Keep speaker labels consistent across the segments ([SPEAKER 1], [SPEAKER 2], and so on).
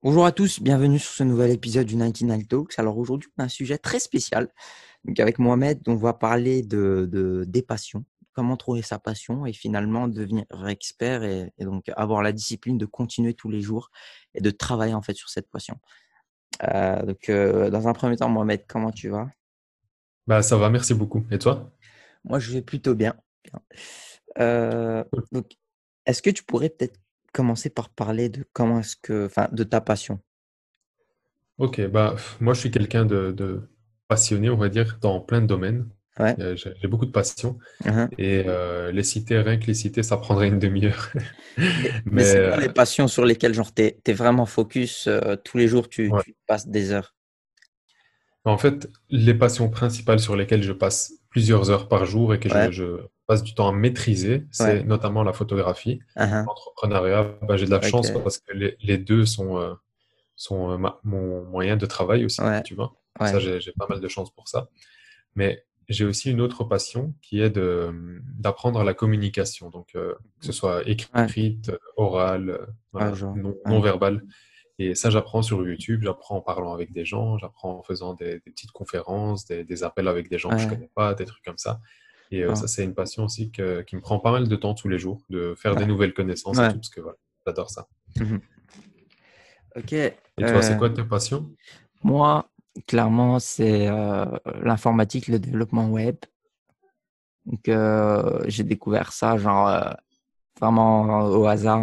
[SPEAKER 1] Bonjour à tous, bienvenue sur ce nouvel épisode du 99 Talks. Alors aujourd'hui, on a un sujet très spécial. Donc avec Mohamed, on va parler des passions, comment trouver sa passion et finalement devenir expert et donc avoir la discipline de continuer tous les jours et de travailler en fait sur cette passion. Dans un premier temps, Mohamed, comment tu vas?
[SPEAKER 2] Bah ça va, merci beaucoup. Et toi?
[SPEAKER 1] Moi, je vais plutôt bien. Euh, donc, est-ce que tu pourrais peut-être commencer par parler de enfin, de ta passion?
[SPEAKER 2] Ok, moi je suis quelqu'un de passionné, on va dire, dans plein de domaines.
[SPEAKER 1] Ouais.
[SPEAKER 2] J'ai beaucoup de passion
[SPEAKER 1] Uhum.
[SPEAKER 2] et les citer, rien que les citer, ça prendrait une demi-heure.
[SPEAKER 1] Mais
[SPEAKER 2] Mais
[SPEAKER 1] c'est quoi les passions sur lesquelles genre t'es vraiment focus tous les jours,
[SPEAKER 2] ouais.
[SPEAKER 1] tu passes des heures?
[SPEAKER 2] En fait, les passions principales sur lesquelles je passe plusieurs heures par jour et que
[SPEAKER 1] Ouais,
[SPEAKER 2] je passe du temps à maîtriser,
[SPEAKER 1] ouais,
[SPEAKER 2] c'est notamment la photographie.
[SPEAKER 1] uhum,
[SPEAKER 2] L'entrepreneuriat, j'ai de la chance
[SPEAKER 1] ok,
[SPEAKER 2] parce que les deux sont mon moyen de travail aussi,
[SPEAKER 1] ouais,
[SPEAKER 2] tu vois. Ça,
[SPEAKER 1] ouais,
[SPEAKER 2] j'ai pas mal de chance pour ça. Mais j'ai aussi une autre passion qui est d'apprendre la communication, donc que ce soit
[SPEAKER 1] ouais,
[SPEAKER 2] écrite, orale,
[SPEAKER 1] ouais,
[SPEAKER 2] voilà,
[SPEAKER 1] genre,
[SPEAKER 2] non
[SPEAKER 1] ouais,
[SPEAKER 2] verbale. Et ça, j'apprends sur YouTube, j'apprends en parlant avec des gens, j'apprends en faisant des petites conférences, des appels avec des gens que je
[SPEAKER 1] ouais,
[SPEAKER 2] connais pas, des trucs comme ça. Et ça,
[SPEAKER 1] genre,
[SPEAKER 2] c'est une passion aussi qui me prend pas mal de temps tous les jours, de faire des
[SPEAKER 1] ouais,
[SPEAKER 2] nouvelles connaissances et
[SPEAKER 1] ouais,
[SPEAKER 2] tout, parce que voilà, j'adore ça.
[SPEAKER 1] mhm. Ok,
[SPEAKER 2] Et toi, c'est
[SPEAKER 1] euh,
[SPEAKER 2] quoi tes passions?
[SPEAKER 1] moi, clairement, c'est l'informatique, le développement web. Donc, j'ai découvert ça, genre, vraiment au hasard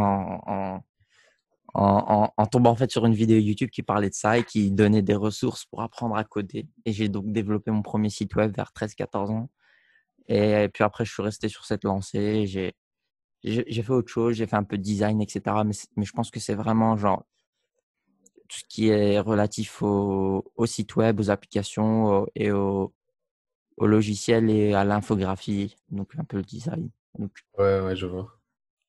[SPEAKER 1] en tombant en fait sur une vidéo YouTube qui parlait de ça et qui donnait des ressources pour apprendre à coder. Et j'ai donc développé mon premier site web vers 13 14 ans. Et puis après, je suis resté sur cette lancée. J'ai fait autre chose, j'ai fait un peu de design, etc. Mais je pense que c'est vraiment genre tout ce qui est relatif au site web, aux applications au logiciel et à l'infographie, donc un peu le design. Donc,
[SPEAKER 2] Ouais, ouais, je vois.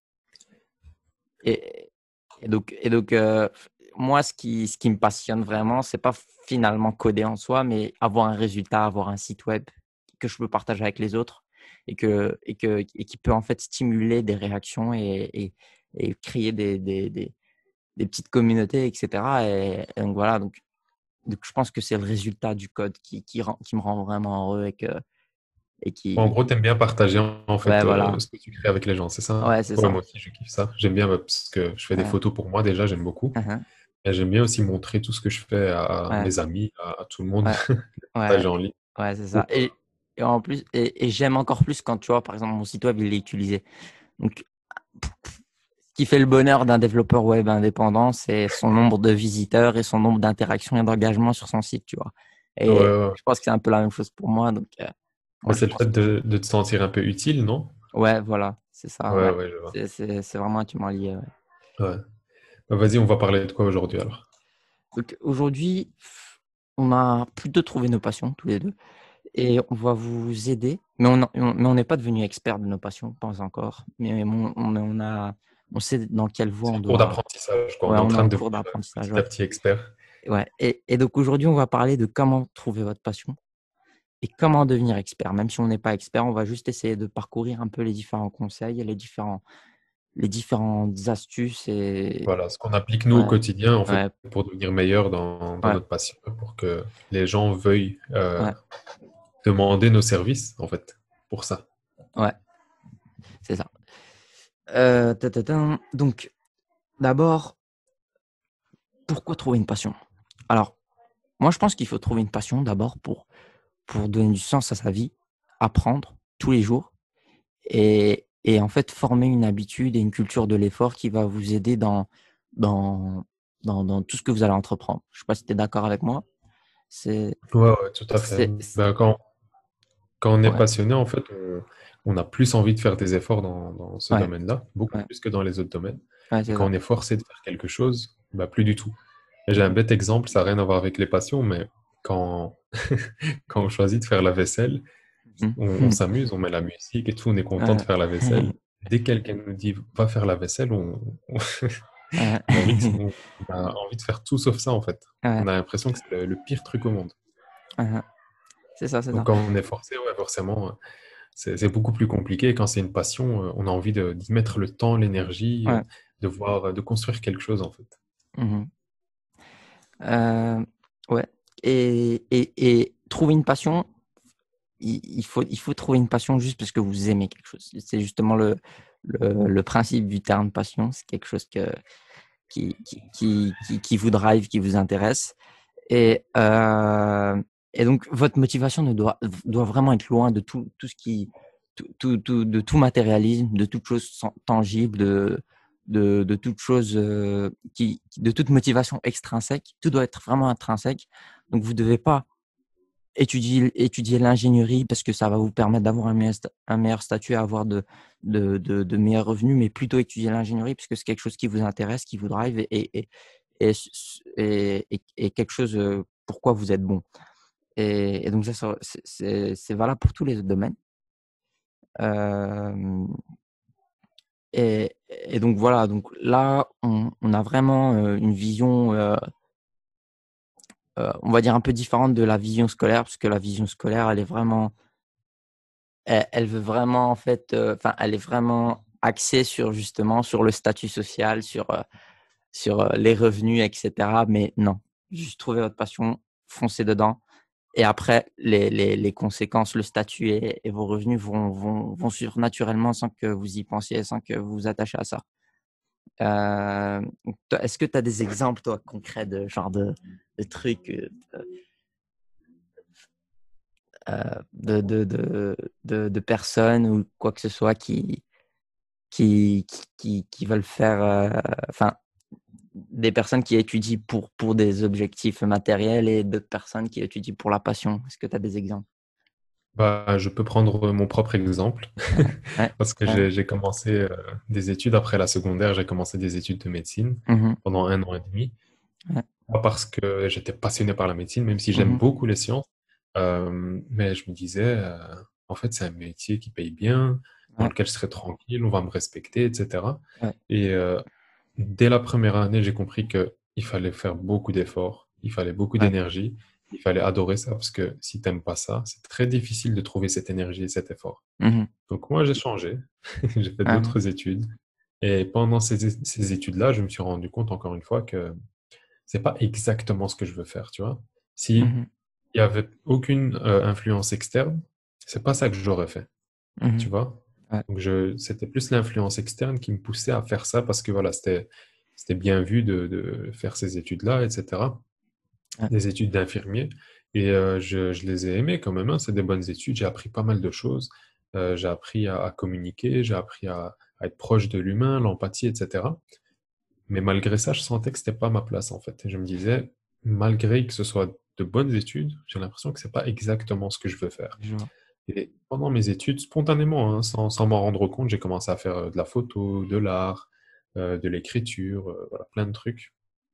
[SPEAKER 1] et, et donc, moi, ce qui me passionne vraiment, c'est pas finalement coder en soi, mais avoir un résultat, avoir un site web que je peux partager avec les autres et qui peut en fait stimuler des réactions et créer des petites communautés, etc. Et donc voilà, donc je pense que c'est le résultat du code qui me rend vraiment heureux et
[SPEAKER 2] En
[SPEAKER 1] qui,
[SPEAKER 2] gros, t'aimes bien partager en
[SPEAKER 1] ouais,
[SPEAKER 2] fait
[SPEAKER 1] voilà,
[SPEAKER 2] ce que tu crées avec les gens, c'est ça?
[SPEAKER 1] ouais, c'est
[SPEAKER 2] Ouais,
[SPEAKER 1] ça.
[SPEAKER 2] moi aussi, je kiffe ça. J'aime bien parce que je fais des
[SPEAKER 1] Ouais,
[SPEAKER 2] photos pour moi déjà, j'aime beaucoup.
[SPEAKER 1] uhum,
[SPEAKER 2] Et j'aime bien aussi montrer tout ce que je fais à
[SPEAKER 1] ouais,
[SPEAKER 2] mes amis, à tout le monde,
[SPEAKER 1] ouais,
[SPEAKER 2] le
[SPEAKER 1] ouais,
[SPEAKER 2] partager en ligne.
[SPEAKER 1] ouais, c'est
[SPEAKER 2] Ou,
[SPEAKER 1] ça. Et en plus, et j'aime encore plus quand tu vois, par exemple, mon site web, il est utilisé. Donc, ce qui fait le bonheur d'un développeur web indépendant, c'est son nombre de visiteurs et son nombre d'interactions et d'engagements sur son site, tu vois.
[SPEAKER 2] ouais,
[SPEAKER 1] Et
[SPEAKER 2] ouais.
[SPEAKER 1] je pense que c'est un peu la même chose pour moi. Donc,
[SPEAKER 2] Bah,
[SPEAKER 1] moi, je
[SPEAKER 2] c'est le
[SPEAKER 1] pense
[SPEAKER 2] fait
[SPEAKER 1] que
[SPEAKER 2] de te sentir un peu utile, non?
[SPEAKER 1] ouais, voilà, c'est ça,
[SPEAKER 2] Ouais,
[SPEAKER 1] ouais.
[SPEAKER 2] ouais, je vois.
[SPEAKER 1] C'est vraiment intimement lié, ouais.
[SPEAKER 2] Ouais. Bah, vas-y, on va parler de quoi aujourd'hui alors?
[SPEAKER 1] Donc, aujourd'hui, on a plutôt trouvé nos passions, tous les deux, et on va vous aider. Mais on n'est pas devenu expert de nos passions, pas encore. On sait dans quelle voie
[SPEAKER 2] C'est
[SPEAKER 1] on
[SPEAKER 2] en cours
[SPEAKER 1] doit.
[SPEAKER 2] d'apprentissage, quoi. On
[SPEAKER 1] Ouais,
[SPEAKER 2] est en
[SPEAKER 1] on est
[SPEAKER 2] train
[SPEAKER 1] en
[SPEAKER 2] de
[SPEAKER 1] cours
[SPEAKER 2] devenir
[SPEAKER 1] d'apprentissage,
[SPEAKER 2] petit à
[SPEAKER 1] ouais.
[SPEAKER 2] petit expert.
[SPEAKER 1] Ouais. Et donc aujourd'hui, on va parler de comment trouver votre passion et comment devenir expert. Même si on n'est pas expert, on va juste essayer de parcourir un peu les différents conseils et les différentes astuces et
[SPEAKER 2] Voilà, ce qu'on applique nous au
[SPEAKER 1] ouais,
[SPEAKER 2] quotidien, en fait,
[SPEAKER 1] ouais,
[SPEAKER 2] pour devenir meilleur dans
[SPEAKER 1] ouais,
[SPEAKER 2] notre passion, pour que les gens veuillent
[SPEAKER 1] ouais,
[SPEAKER 2] demander nos services, en fait, pour ça.
[SPEAKER 1] ouais, c'est ça. Donc, d'abord, pourquoi trouver une passion? Alors, moi, je pense qu'il faut trouver une passion d'abord pour donner du sens à sa vie, apprendre tous les jours et en fait former une habitude et une culture de l'effort qui va vous aider dans, dans tout ce que vous allez entreprendre. Je ne sais pas si tu es d'accord avec moi. C'est,
[SPEAKER 2] Ouais, ouais, tout à fait. Ben, quand on est
[SPEAKER 1] ouais,
[SPEAKER 2] passionné, en fait, on a plus envie de faire des efforts dans ce
[SPEAKER 1] ouais,
[SPEAKER 2] domaine-là, beaucoup
[SPEAKER 1] ouais,
[SPEAKER 2] plus que dans les autres domaines.
[SPEAKER 1] ouais,
[SPEAKER 2] Et
[SPEAKER 1] c'est
[SPEAKER 2] quand
[SPEAKER 1] ça.
[SPEAKER 2] on est forcé de faire quelque chose, bah, plus du tout. Et j'ai un
[SPEAKER 1] Mhm,
[SPEAKER 2] bête exemple, ça n'a rien à voir avec les passions, mais quand, quand on choisit de faire la vaisselle, on
[SPEAKER 1] mhm.
[SPEAKER 2] s'amuse, on met la musique et tout, on est content de
[SPEAKER 1] Ouais.
[SPEAKER 2] faire la vaisselle. Dès que quelqu'un nous dit va faire la vaisselle,
[SPEAKER 1] Ouais.
[SPEAKER 2] on a envie de faire tout sauf ça en fait.
[SPEAKER 1] Ouais.
[SPEAKER 2] On a l'impression que c'est le pire truc au monde.
[SPEAKER 1] Ouais. C'est ça, c'est
[SPEAKER 2] Donc
[SPEAKER 1] ça.
[SPEAKER 2] quand on est forcé, ouais, forcément, c'est beaucoup plus compliqué. Et quand c'est une passion, on a envie d'y mettre le temps, l'énergie,
[SPEAKER 1] Ouais.
[SPEAKER 2] de construire quelque chose en fait.
[SPEAKER 1] Mhm. Euh, ouais. Et trouver une passion, il faut trouver une passion juste parce que vous aimez quelque chose. C'est justement le principe du terme passion. C'est quelque chose qui vous drive, qui vous intéresse. Et, euh, et donc, votre motivation doit vraiment être loin de tout ce qui, de tout matérialisme, de toute chose tangible, de toute chose de toute motivation extrinsèque. Tout doit être vraiment intrinsèque. Donc, vous devez pas étudier l'ingénierie parce que ça va vous permettre d'avoir un meilleur statut, avoir de meilleurs revenus, mais plutôt étudier l'ingénierie parce que c'est quelque chose qui vous intéresse, qui vous drive et quelque chose pourquoi vous êtes bon. Et donc, c'est valable pour tous les autres domaines. Euh, et donc, voilà. Donc là, on a vraiment une vision, on va dire, un peu différente de la vision scolaire, parce que la vision scolaire, elle est vraiment, elle veut vraiment, en fait, enfin, elle est vraiment axée sur, justement, sur le statut social, sur les revenus, etc. Mais non, juste trouver votre passion, foncez dedans. Et après, les conséquences, le statut et vos revenus vont suivre naturellement sans que vous y pensiez, sans que vous vous attachiez à ça. Est-ce que tu as des exemples, toi, concrets de genre de trucs, de personnes ou quoi que ce soit qui veulent faire, enfin, des personnes qui étudient pour des objectifs matériels et d'autres personnes qui étudient pour la passion. Est-ce que tu as des exemples?
[SPEAKER 2] Bah, je peux prendre mon propre exemple
[SPEAKER 1] Ouais, ouais,
[SPEAKER 2] parce que
[SPEAKER 1] carrément.
[SPEAKER 2] j'ai commencé des études après la secondaire, j'ai commencé des études de médecine
[SPEAKER 1] Mhm,
[SPEAKER 2] pendant 1 an et demi.
[SPEAKER 1] ouais,
[SPEAKER 2] Pas parce que j'étais passionné par la médecine, même si j'aime
[SPEAKER 1] mhm,
[SPEAKER 2] beaucoup les sciences, mais je me disais, en fait, c'est un métier qui paye bien, dans
[SPEAKER 1] ouais,
[SPEAKER 2] lequel je serai tranquille, on va me respecter, etc.
[SPEAKER 1] ouais,
[SPEAKER 2] Et dès la première année, j'ai compris que il fallait faire beaucoup d'efforts, il fallait beaucoup
[SPEAKER 1] ouais,
[SPEAKER 2] d'énergie, il fallait adorer ça, parce que si t'aimes pas ça, c'est très difficile de trouver cette énergie et cet effort.
[SPEAKER 1] mhm,
[SPEAKER 2] Donc moi, j'ai changé, j'ai fait
[SPEAKER 1] ouais,
[SPEAKER 2] d'autres études, et pendant ces études-là, je me suis rendu compte, encore une fois, que c'est pas exactement ce que je veux faire, tu vois. Si
[SPEAKER 1] mhm,
[SPEAKER 2] il y avait aucune influence externe, c'est pas ça que j'aurais fait, tu
[SPEAKER 1] mhm,
[SPEAKER 2] vois.
[SPEAKER 1] ouais,
[SPEAKER 2] Donc c'était plus l'influence externe qui me poussait à faire ça parce que voilà, c'était bien vu de faire ces études-là, etc.
[SPEAKER 1] ouais,
[SPEAKER 2] Des études d'infirmier. Et je les ai aimées quand même, hein. C'est des bonnes études. J'ai appris pas mal de choses. J'ai appris à communiquer, j'ai appris à être proche de l'humain, l'empathie, etc. Mais malgré ça, je sentais que c'était pas ma place en fait. Et je me disais, malgré que ce soit de bonnes études, j'ai l'impression que c'est pas exactement ce que je veux faire.
[SPEAKER 1] je vois.
[SPEAKER 2] Et pendant mes études, spontanément, hein, sans m'en rendre compte, j'ai commencé à faire de la photo, de l'art, de l'écriture, voilà, plein de trucs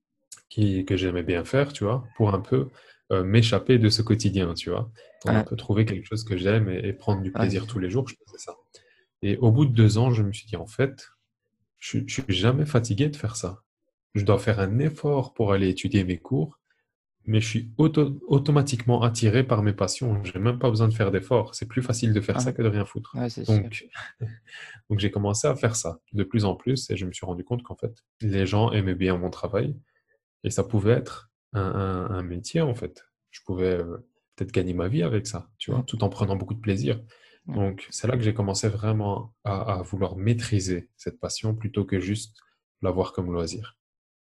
[SPEAKER 2] que j'aimais bien faire, tu vois, pour un peu m'échapper de ce quotidien, tu vois, pour un
[SPEAKER 1] Ouais,
[SPEAKER 2] peu trouver quelque chose que j'aime et prendre du
[SPEAKER 1] ouais,
[SPEAKER 2] plaisir tous les jours, je faisais ça. Et au bout de 2 ans, je me suis dit, en fait, je suis jamais fatigué de faire ça. Je dois faire un effort pour aller étudier mes cours, mais je suis automatiquement attiré par mes passions. J'ai même pas besoin de faire d'efforts. C'est plus facile de faire ça
[SPEAKER 1] ouais,
[SPEAKER 2] que de rien foutre.
[SPEAKER 1] ouais, c'est sûr.
[SPEAKER 2] Donc, donc j'ai commencé à faire ça de plus en plus et je me suis rendu compte qu'en fait, les gens aimaient bien mon travail et ça pouvait être un métier en fait. Je pouvais peut-être gagner ma vie avec ça, tu vois,
[SPEAKER 1] Ouais,
[SPEAKER 2] tout en prenant beaucoup de plaisir.
[SPEAKER 1] ouais.
[SPEAKER 2] Donc, c'est là que j'ai commencé vraiment à vouloir maîtriser cette passion plutôt que juste l'avoir comme loisir.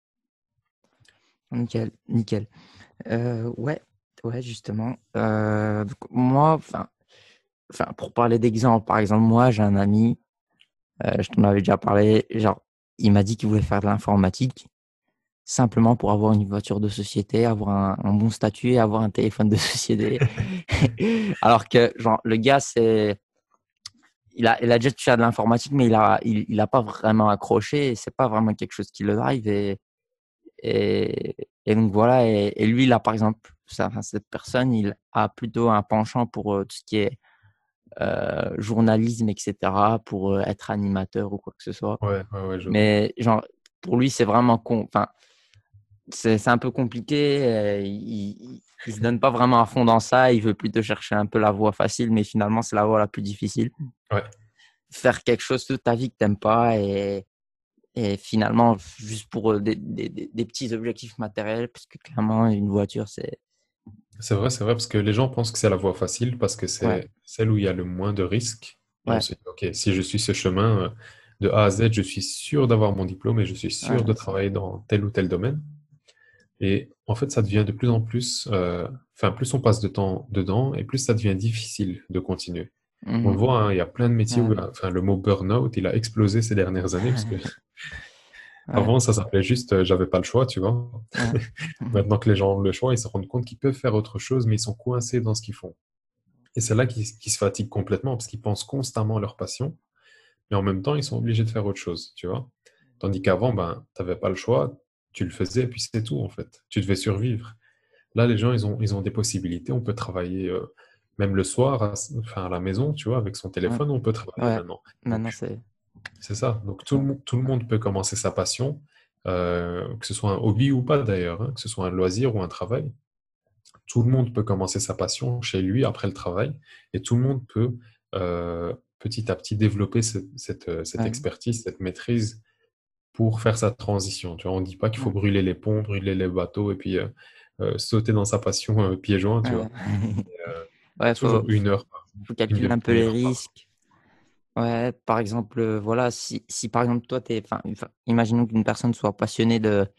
[SPEAKER 1] Nickel, nickel. Ouais, ouais, justement. Donc moi, enfin, pour parler d'exemple, par exemple, moi, j'ai un ami, je t'en avais déjà parlé, genre, il m'a dit qu'il voulait faire de l'informatique simplement pour avoir une voiture de société, avoir un bon statut et avoir un téléphone de société. Alors que, genre, le gars, il a déjà touché à de l'informatique, mais il a pas vraiment accroché et c'est pas vraiment quelque chose qui le drive. Et donc voilà, et lui, là, par exemple, enfin, cette personne, il a plutôt un penchant pour tout ce qui est journalisme, etc., pour être animateur ou quoi que ce soit.
[SPEAKER 2] Ouais, ouais, ouais, je vois.
[SPEAKER 1] Mais genre, pour lui, c'est vraiment enfin, c'est un peu compliqué. Il se donne pas vraiment à fond dans ça. Il veut plutôt chercher un peu la voie facile, mais finalement, c'est la voie la plus difficile.
[SPEAKER 2] Ouais,
[SPEAKER 1] Faire quelque chose toute ta vie que t'aimes pas Et finalement, juste pour des petits objectifs matériels, parce que clairement, une voiture,
[SPEAKER 2] C'est vrai, parce que les gens pensent que c'est la voie facile parce que
[SPEAKER 1] ouais,
[SPEAKER 2] c'est celle où il y a le moins de risques. Et on
[SPEAKER 1] ouais,
[SPEAKER 2] se dit, OK, si je suis ce chemin de A à Z, je suis sûr d'avoir mon diplôme et je suis sûr de
[SPEAKER 1] ouais,
[SPEAKER 2] travailler dans tel ou tel domaine. Et en fait, ça devient de plus en plus, enfin, plus on passe de temps dedans et plus ça devient difficile de continuer. On le
[SPEAKER 1] mhm,
[SPEAKER 2] voit, hein, il y a plein de métiers où,
[SPEAKER 1] ouais,
[SPEAKER 2] enfin, le mot burn-out, il a explosé ces dernières années parce que
[SPEAKER 1] ouais,
[SPEAKER 2] avant, ça s'appelait juste, j'avais pas le choix, tu vois.
[SPEAKER 1] ouais,
[SPEAKER 2] Maintenant que les gens ont le choix, ils se rendent compte qu'ils peuvent faire autre chose, mais ils sont coincés dans ce qu'ils font. Et c'est là qu'ils se fatiguent complètement parce qu'ils pensent constamment à leur passion, mais en même temps, ils sont obligés de faire autre chose, tu vois. Tandis qu'avant, ben, tu n'avais pas le choix, tu le faisais, et puis c'est tout, en fait. Tu devais survivre. Là, les gens, ils ont des possibilités. On peut travailler même le soir, enfin, à la maison, tu vois, avec son
[SPEAKER 1] ouais,
[SPEAKER 2] téléphone, on peut travailler
[SPEAKER 1] ouais.
[SPEAKER 2] maintenant.
[SPEAKER 1] Maintenant,
[SPEAKER 2] Donc,
[SPEAKER 1] c'est.
[SPEAKER 2] c'est ça. Donc,
[SPEAKER 1] Ouais,
[SPEAKER 2] tout le monde peut commencer sa passion, que ce soit un hobby ou pas d'ailleurs, hein, que ce soit un loisir ou un travail. Tout le monde peut commencer sa passion chez lui après le travail et tout le monde peut petit à petit développer cette
[SPEAKER 1] ouais,
[SPEAKER 2] expertise, cette maîtrise pour faire sa transition. Tu vois, on ne dit pas qu'il faut
[SPEAKER 1] ouais,
[SPEAKER 2] brûler les ponts, brûler les bateaux et puis sauter dans sa passion pieds joints, tu
[SPEAKER 1] ouais.
[SPEAKER 2] vois.
[SPEAKER 1] Ouais,
[SPEAKER 2] Toujours
[SPEAKER 1] faut
[SPEAKER 2] une
[SPEAKER 1] calculer un peu les
[SPEAKER 2] demi-heure par.
[SPEAKER 1] risques. Ouais, par exemple, voilà, si par exemple, toi, imaginons qu'une personne soit passionnée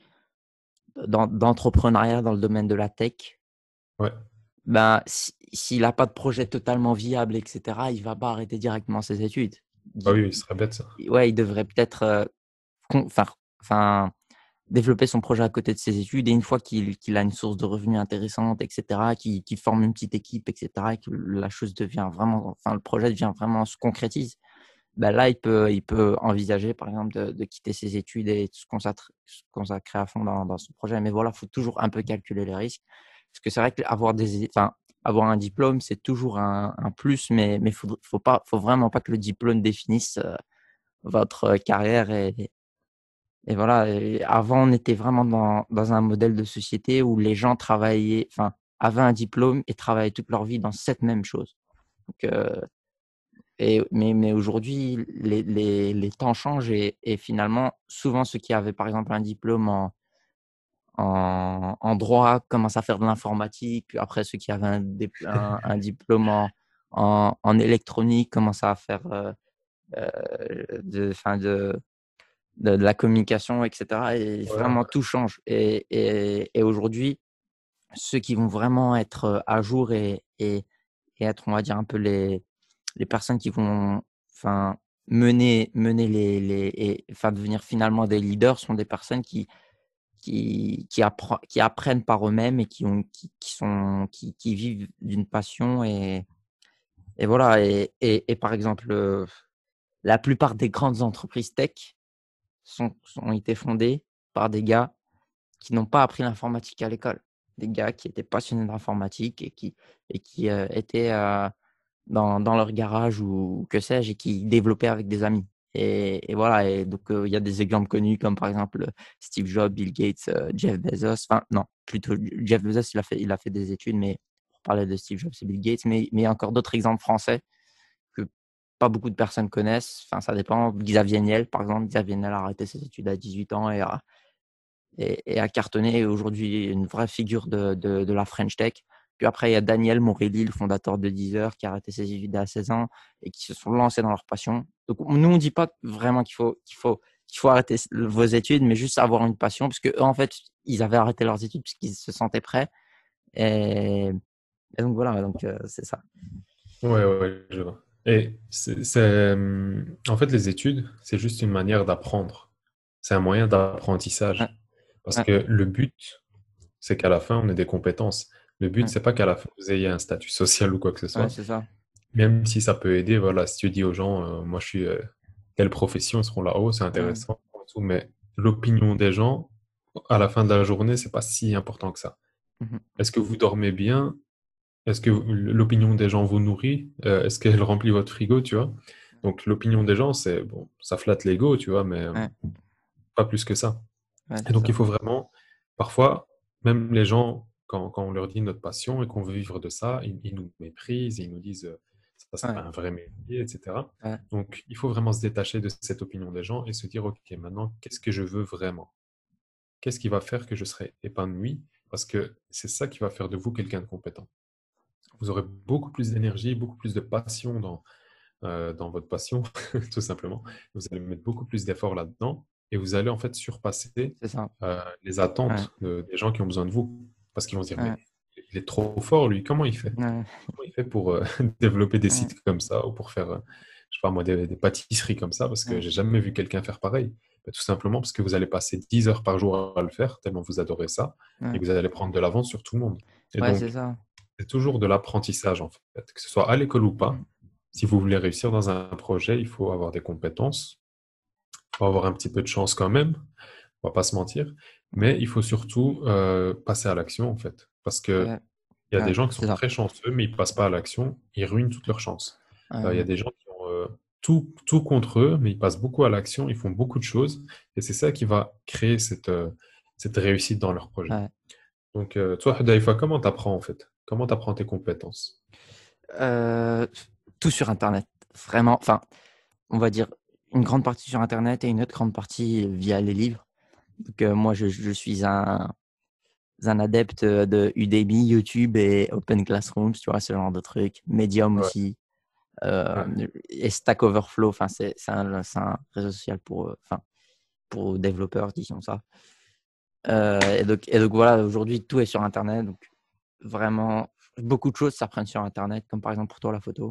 [SPEAKER 1] d'entrepreneuriat dans le domaine de la tech.
[SPEAKER 2] Ouais,
[SPEAKER 1] Ben, s'il a pas de projet totalement viable, et cetera, il va pas arrêter directement ses études.
[SPEAKER 2] bah
[SPEAKER 1] Il
[SPEAKER 2] oui, ce serait bête ça.
[SPEAKER 1] Ouais, il devrait peut-être, enfin, développer son projet à côté de ses études et une fois qu'il a une source de revenus intéressante et cetera, qu'il forme une petite équipe et cetera et que la chose devient vraiment enfin, le projet devient vraiment se concrétise, ben là, il peut envisager, par exemple, de quitter ses études et de se consacrer à fond dans ce projet. Mais voilà, faut toujours un peu calculer les risques. Parce que c'est vrai qu'avoir avoir un diplôme, c'est toujours un plus, mais faut vraiment pas que le diplôme définisse votre carrière et voilà. Et avant, on était vraiment dans un modèle de société où les gens avaient un diplôme et travaillaient toute leur vie dans cette même chose. Donc, mais aujourd'hui, les temps changent et finalement, souvent, ceux qui avaient, par exemple, un diplôme en droit commencent à faire de l'informatique. Puis après, ceux qui avaient un diplôme en électronique commencent à faire de la communication, et cetera. Et
[SPEAKER 2] Ouais,
[SPEAKER 1] vraiment, tout change. Et aujourd'hui, ceux qui vont vraiment être à jour et être, on va dire, un peu les personnes qui vont enfin, mener enfin, devenir finalement des leaders sont des personnes qui apprennent par eux-mêmes et qui vivent d'une passion et voilà. Et par exemple, la plupart des grandes entreprises tech ont été fondées par des gars qui n'ont pas appris l'informatique à l'école. Des gars qui étaient passionnés d'informatique et qui étaient dans leur garage ou que sais-je et qui développaient avec des amis. Et voilà, et donc il y a des exemples connus comme par exemple Steve Jobs, Bill Gates, Jeff Bezos. Enfin, non, plutôt Jeff Bezos, il a fait des études, mais pour parler de Steve Jobs et Bill Gates, mais il y a encore d'autres exemples français que pas beaucoup de personnes connaissent. Enfin, ça dépend. Xavier Niel, par exemple. Xavier Niel a arrêté ses études à 18 ans et a cartonné. Et aujourd'hui, une vraie figure de la French Tech. Puis après, il y a Daniel Morelli, le fondateur de Deezer, qui a arrêté ses études à 16 ans et qui se sont lancés dans leur passion. Donc, nous, on ne dit pas vraiment qu'il faut arrêter vos études, mais juste avoir une passion, parce qu'eux, en fait, ils avaient arrêté leurs études parce qu'ils se sentaient prêts. Et, et donc, voilà, donc, c'est ça.
[SPEAKER 2] ouais, ouais, je vois. Et en fait, les études, c'est juste une manière d'apprendre. C'est un moyen
[SPEAKER 1] Ouais,
[SPEAKER 2] d'apprentissage. Parce
[SPEAKER 1] ouais,
[SPEAKER 2] que le but, c'est qu'à la fin, on ait des compétences. Le but,
[SPEAKER 1] ouais,
[SPEAKER 2] c'est pas qu'à la fin, vous ayez un statut social ou quoi que ce
[SPEAKER 1] ouais,
[SPEAKER 2] soit.
[SPEAKER 1] c'est ça.
[SPEAKER 2] Même si ça peut aider, voilà, si tu dis aux gens, moi je suis telle profession, ils seront là, oh, c'est
[SPEAKER 1] Ouais,
[SPEAKER 2] intéressant, et tout, mais l'opinion des gens, à la fin de la journée, c'est pas si important que ça.
[SPEAKER 1] mhm,
[SPEAKER 2] Est-ce que vous dormez bien? Est-ce que l'opinion des gens vous nourrit? Est-ce qu'elle remplit votre frigo, tu vois? Donc l'opinion des gens, c'est bon, ça flatte l'ego, tu vois, mais
[SPEAKER 1] ouais,
[SPEAKER 2] pas plus que ça.
[SPEAKER 1] ouais,
[SPEAKER 2] Et
[SPEAKER 1] c'est
[SPEAKER 2] donc
[SPEAKER 1] ça.
[SPEAKER 2] il faut vraiment, parfois, même les gens, quand on leur dit notre passion et qu'on veut vivre de ça, ils nous méprisent et ils nous disent Ça, c'est pas
[SPEAKER 1] ouais,
[SPEAKER 2] un vrai métier, etc.
[SPEAKER 1] ouais,
[SPEAKER 2] Donc, il faut vraiment se détacher de cette opinion des gens et se dire, OK, maintenant, qu'est-ce que je veux vraiment? Qu'est-ce qui va faire que je serai épanoui? Parce que c'est ça qui va faire de vous quelqu'un de compétent. Vous aurez beaucoup plus d'énergie, beaucoup plus de passion dans votre passion, tout simplement. Vous allez mettre beaucoup plus d'efforts là-dedans et vous allez en fait surpasser
[SPEAKER 1] c'est ça.
[SPEAKER 2] les
[SPEAKER 1] Ouais,
[SPEAKER 2] attentes des gens qui ont besoin de vous. Parce qu'ils vont se dire,
[SPEAKER 1] ouais,
[SPEAKER 2] mais il est trop fort, lui, comment il fait?
[SPEAKER 1] ouais,
[SPEAKER 2] Comment il fait pour développer des
[SPEAKER 1] ouais,
[SPEAKER 2] sites comme ça ou pour faire, je sais pas moi, des pâtisseries comme ça? Parce que
[SPEAKER 1] ouais,
[SPEAKER 2] j'ai jamais vu quelqu'un faire pareil. Ben, tout simplement parce que vous allez passer 10 heures par jour à le faire, tellement vous adorez ça, et
[SPEAKER 1] ouais,
[SPEAKER 2] vous allez prendre de l'avance sur tout le monde. Et
[SPEAKER 1] ouais, c'est
[SPEAKER 2] donc,
[SPEAKER 1] ça.
[SPEAKER 2] c'est toujours de l'apprentissage, en fait, que ce soit à l'école ou pas.
[SPEAKER 1] Mm,
[SPEAKER 2] Si vous voulez réussir dans un projet, il faut avoir des compétences, il faut avoir un petit peu de chance quand même, on va pas se mentir, mais il faut surtout passer à l'action, en fait. Parce que
[SPEAKER 1] ouais,
[SPEAKER 2] il y a des
[SPEAKER 1] ouais,
[SPEAKER 2] gens qui
[SPEAKER 1] c'est
[SPEAKER 2] sont
[SPEAKER 1] ça.
[SPEAKER 2] très chanceux, mais ils passent pas à l'action, ils ruinent toutes leurs chances. Il y a
[SPEAKER 1] Ouais,
[SPEAKER 2] des gens qui ont tout contre eux, mais ils passent beaucoup à l'action, ils font beaucoup de choses, et c'est ça qui va créer cette réussite dans leur projet.
[SPEAKER 1] ouais.
[SPEAKER 2] Donc, toi, Hudhaifa, comment tu apprends en fait? Comment tu apprends tes compétences?
[SPEAKER 1] Euh, Tout sur Internet. Vraiment, enfin, on va dire une grande partie sur Internet et une autre grande partie via les livres. Donc, moi, je suis un adepte de Udemy, YouTube et Open Classrooms, tu vois, ce genre de trucs. Medium
[SPEAKER 2] Ouais,
[SPEAKER 1] aussi.
[SPEAKER 2] ouais,
[SPEAKER 1] Et Stack Overflow, enfin, c'est un réseau social pour développeurs, disons ça. Et donc voilà, aujourd'hui, tout est sur Internet. Donc, vraiment, beaucoup de choses s'apprennent sur Internet, comme par exemple pour toi la photo.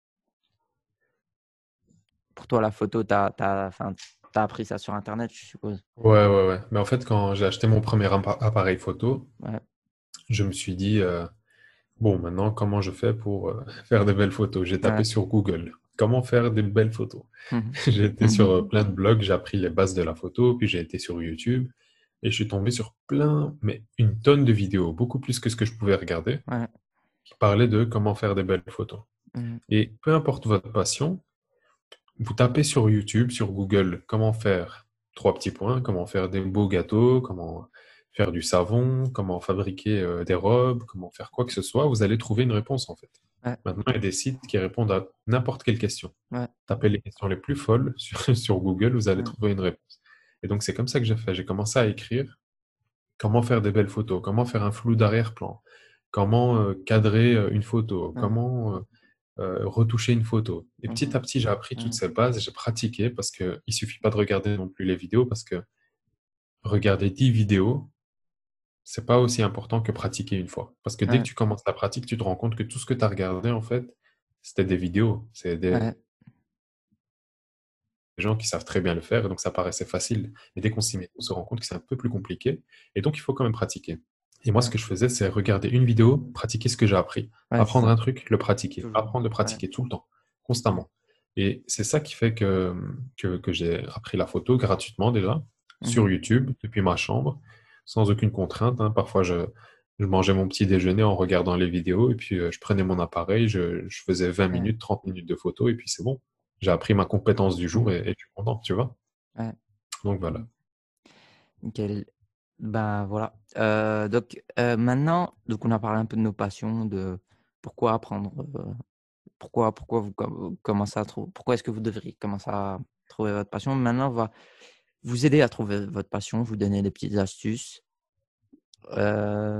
[SPEAKER 1] Pour toi, la photo, enfin, t'as appris ça sur Internet, je suppose.
[SPEAKER 2] ouais. Mais en fait, quand j'ai acheté mon premier appareil photo,
[SPEAKER 1] Ouais,
[SPEAKER 2] je me suis dit, bon, maintenant, comment je fais pour faire des belles photos? J'ai tapé
[SPEAKER 1] ouais.
[SPEAKER 2] sur Google. Comment faire des belles photos?
[SPEAKER 1] Mhm.
[SPEAKER 2] J'ai été sur plein de blogs, j'ai appris les bases de la photo, puis j'ai été sur YouTube et je suis tombé sur plein, mais une tonne de vidéos, beaucoup plus que ce que je pouvais regarder,
[SPEAKER 1] Ouais.
[SPEAKER 2] qui parlaient de comment faire des belles photos.
[SPEAKER 1] Mhm.
[SPEAKER 2] Et peu importe votre passion, vous tapez sur YouTube, sur Google, comment faire trois petits points, comment faire des beaux gâteaux, comment faire du savon, comment fabriquer des robes, comment faire quoi que ce soit, vous allez trouver une réponse en fait.
[SPEAKER 1] Ouais,
[SPEAKER 2] Maintenant, il y a des sites qui répondent à n'importe quelle question.
[SPEAKER 1] ouais,
[SPEAKER 2] Tapez les questions les plus folles sur Google, vous allez
[SPEAKER 1] ouais,
[SPEAKER 2] trouver une réponse. Et donc, c'est comme ça que j'ai fait. J'ai commencé à écrire comment faire des belles photos, comment faire un flou d'arrière-plan, comment cadrer une photo,
[SPEAKER 1] ouais.
[SPEAKER 2] comment retoucher une photo. Et petit
[SPEAKER 1] Mhm.
[SPEAKER 2] à petit, j'ai appris toutes
[SPEAKER 1] Mhm.
[SPEAKER 2] ces bases, j'ai pratiqué parce que il suffit pas de regarder non plus les vidéos parce que regarder 10 vidéos, c'est pas aussi important que pratiquer une fois. Parce que dès que
[SPEAKER 1] Ouais,
[SPEAKER 2] tu commences la pratique, tu te rends compte que tout ce que tu as regardé, en fait, c'était des vidéos. C'est des
[SPEAKER 1] ouais,
[SPEAKER 2] gens qui savent très bien le faire, et donc ça paraissait facile. Mais dès qu'on s'y met, on se rend compte que c'est un peu plus compliqué, et donc il faut quand même pratiquer. Et moi, ce
[SPEAKER 1] ouais,
[SPEAKER 2] que je faisais, c'est regarder une vidéo, pratiquer ce que j'ai appris.
[SPEAKER 1] ouais, c'est
[SPEAKER 2] Apprendre
[SPEAKER 1] ça.
[SPEAKER 2] un truc, le pratiquer.
[SPEAKER 1] Toujours.
[SPEAKER 2] Apprendre, le
[SPEAKER 1] Ouais,
[SPEAKER 2] pratiquer tout le temps,
[SPEAKER 1] ouais.
[SPEAKER 2] constamment. Et c'est ça qui fait que j'ai appris la photo gratuitement déjà,
[SPEAKER 1] Mhm.
[SPEAKER 2] sur YouTube, depuis ma chambre, sans aucune contrainte, hein. Parfois, je mangeais mon petit déjeuner en regardant les vidéos, et puis je prenais mon appareil, je faisais 20
[SPEAKER 1] Ouais,
[SPEAKER 2] minutes, 30 minutes de photo, et puis c'est bon. J'ai appris ma compétence du jour
[SPEAKER 1] mhm.
[SPEAKER 2] et je suis content, tu vois.
[SPEAKER 1] Ouais.
[SPEAKER 2] Donc voilà.
[SPEAKER 1] Mhm. Nickel. Ben voilà. Donc maintenant, donc on a parlé un peu de nos passions, de pourquoi apprendre, pourquoi vous commencez à trouver, pourquoi est-ce que vous devriez commencer à trouver votre passion. Maintenant, on va vous aider à trouver votre passion, vous donner des petites astuces. Euh,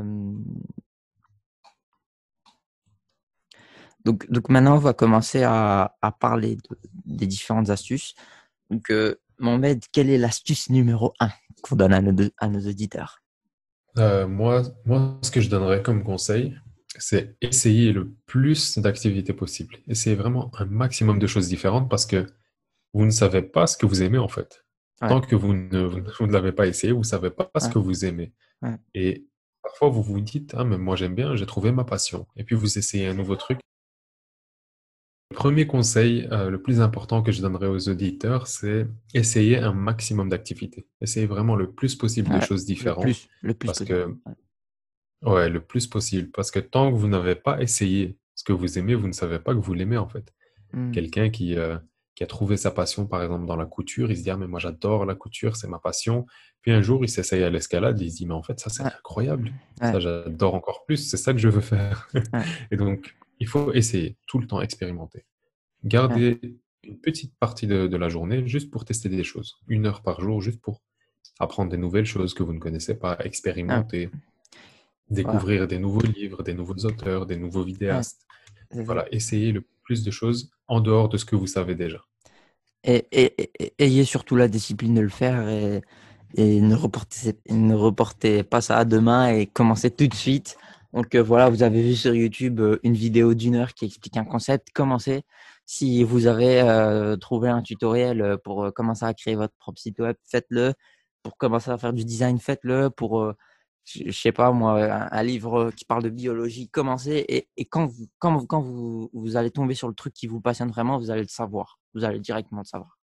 [SPEAKER 1] donc maintenant, on va commencer à parler des différentes astuces. Donc, Mohamed, quelle est l'astuce numéro un qu'on donne à nos auditeurs?
[SPEAKER 2] Moi, ce que je donnerais comme conseil, c'est essayer le plus d'activités possible. Essayez vraiment un maximum de choses différentes parce que vous ne savez pas ce que vous aimez en fait.
[SPEAKER 1] Ouais,
[SPEAKER 2] Tant que vous ne l'avez pas essayé, vous ne savez pas ce
[SPEAKER 1] ouais,
[SPEAKER 2] que vous aimez.
[SPEAKER 1] ouais,
[SPEAKER 2] Et parfois, vous vous dites, ah, mais moi j'aime bien, j'ai trouvé ma passion. Et puis vous essayez un nouveau truc. Le premier conseil, le plus important que je donnerais aux auditeurs, c'est essayer un maximum d'activités. Essayez vraiment le plus possible de
[SPEAKER 1] ouais.
[SPEAKER 2] choses
[SPEAKER 1] Le
[SPEAKER 2] différentes
[SPEAKER 1] plus, le plus
[SPEAKER 2] parce
[SPEAKER 1] possible.
[SPEAKER 2] que,
[SPEAKER 1] Ouais.
[SPEAKER 2] ouais, le plus possible. Parce que tant que vous n'avez pas essayé ce que vous aimez, vous ne savez pas que vous l'aimez en fait.
[SPEAKER 1] Mm,
[SPEAKER 2] Quelqu'un qui a trouvé sa passion, par exemple, dans la couture, il se dit, ah, mais moi j'adore la couture, c'est ma passion. Puis un jour, il s'essaye à l'escalade, il se dit, mais en fait, ça c'est
[SPEAKER 1] ouais,
[SPEAKER 2] incroyable.
[SPEAKER 1] ouais,
[SPEAKER 2] Ça, j'adore encore plus, c'est ça que je veux faire.
[SPEAKER 1] ouais,
[SPEAKER 2] Et donc, Il faut essayer, tout le temps expérimenter.
[SPEAKER 1] Ouais,
[SPEAKER 2] Gardez une petite partie de la journée juste pour tester des choses. 1 heure par jour juste pour apprendre des nouvelles choses que vous ne connaissez pas,
[SPEAKER 1] ouais,
[SPEAKER 2] expérimenter,
[SPEAKER 1] voilà.
[SPEAKER 2] découvrir des nouveaux livres, des nouveaux auteurs, des nouveaux
[SPEAKER 1] Ouais,
[SPEAKER 2] vidéastes.
[SPEAKER 1] c'est ça.
[SPEAKER 2] Voilà, essayez le plus de choses en dehors de ce que vous savez déjà.
[SPEAKER 1] Et ayez surtout la discipline de le faire et ne reportez pas ça à demain et commencez tout de suite. Donc voilà, vous avez vu sur YouTube une vidéo d'1 heure qui explique un concept. Commencez. Si vous avez trouvé un tutoriel pour commencer à créer votre propre site web, faites-le. Pour commencer à faire du design, faites-le. Pour, je sais pas moi, un livre qui parle de biologie, commencez. Et quand vous allez tomber sur le truc qui vous passionne vraiment, vous allez le savoir. Vous allez directement le savoir.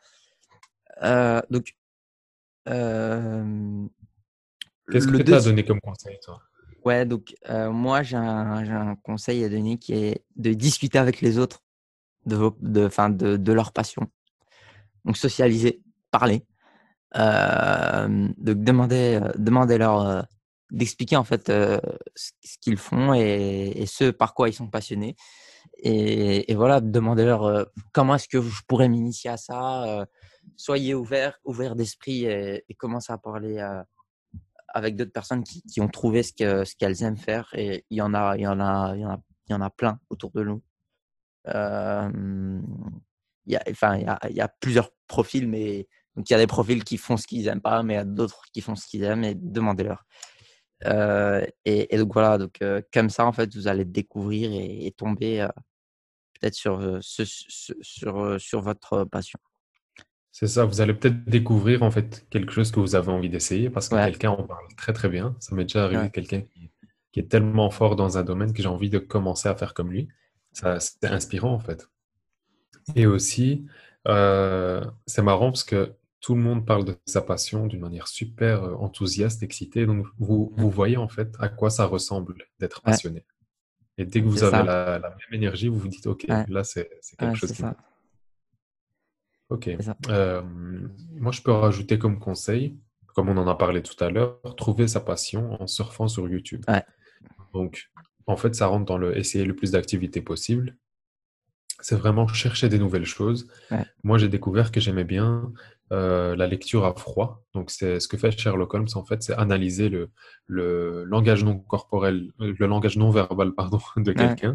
[SPEAKER 1] Donc, euh,
[SPEAKER 2] Qu'est-ce
[SPEAKER 1] le
[SPEAKER 2] que tu as
[SPEAKER 1] deuxième,
[SPEAKER 2] donné comme conseil, toi?
[SPEAKER 1] ouais, donc moi j'ai un conseil à donner qui est de discuter avec les autres de leur passion. Donc socialiser, parler, donc demandez-leur d'expliquer en fait ce qu'ils font et ce par quoi ils sont passionnés. Et voilà, demandez-leur comment est-ce que je pourrais m'initier à ça. Soyez ouverts d'esprit et commencez à parler avec d'autres personnes qui ont trouvé ce qu'elles aiment faire. Et il y en a plein autour de nous. Euh, il y a plusieurs profils, mais donc il y a des profils qui font ce qu'ils aiment pas, mais il y a d'autres qui font ce qu'ils aiment et demandez-leur. Et donc voilà, donc comme ça en fait, vous allez découvrir et tomber peut-être sur votre passion.
[SPEAKER 2] C'est ça, vous allez peut-être découvrir en fait quelque chose que vous avez envie d'essayer parce que
[SPEAKER 1] Ouais,
[SPEAKER 2] quelqu'un en parle très très bien. Ça m'est déjà
[SPEAKER 1] ouais,
[SPEAKER 2] arrivé quelqu'un qui est tellement fort dans un domaine que j'ai envie de commencer à faire comme lui. Ça, c'est inspirant en fait. Et aussi, c'est marrant parce que tout le monde parle de sa passion d'une manière super enthousiaste, excitée. Donc
[SPEAKER 1] ouais,
[SPEAKER 2] vous voyez en fait à quoi ça ressemble d'être
[SPEAKER 1] ouais,
[SPEAKER 2] passionné. Et dès que vous
[SPEAKER 1] c'est
[SPEAKER 2] avez
[SPEAKER 1] ça.
[SPEAKER 2] la même énergie, vous vous dites, OK,
[SPEAKER 1] Ouais,
[SPEAKER 2] là c'est quelque
[SPEAKER 1] ouais,
[SPEAKER 2] chose
[SPEAKER 1] c'est
[SPEAKER 2] qui me
[SPEAKER 1] ça,
[SPEAKER 2] plaît. Ok.
[SPEAKER 1] c'est ça.
[SPEAKER 2] Euh, Moi, je peux rajouter comme conseil, comme on en a parlé tout à l'heure, trouver sa passion en surfant sur YouTube.
[SPEAKER 1] Ouais,
[SPEAKER 2] Donc, en fait, ça rentre dans le essayer le plus d'activités possible. C'est vraiment chercher des nouvelles choses.
[SPEAKER 1] ouais,
[SPEAKER 2] Moi, j'ai découvert que j'aimais bien la lecture à froid. Donc, c'est ce que fait Sherlock Holmes, en fait, c'est analyser le langage non corporel, le langage non verbal, pardon, de
[SPEAKER 1] ouais,
[SPEAKER 2] quelqu'un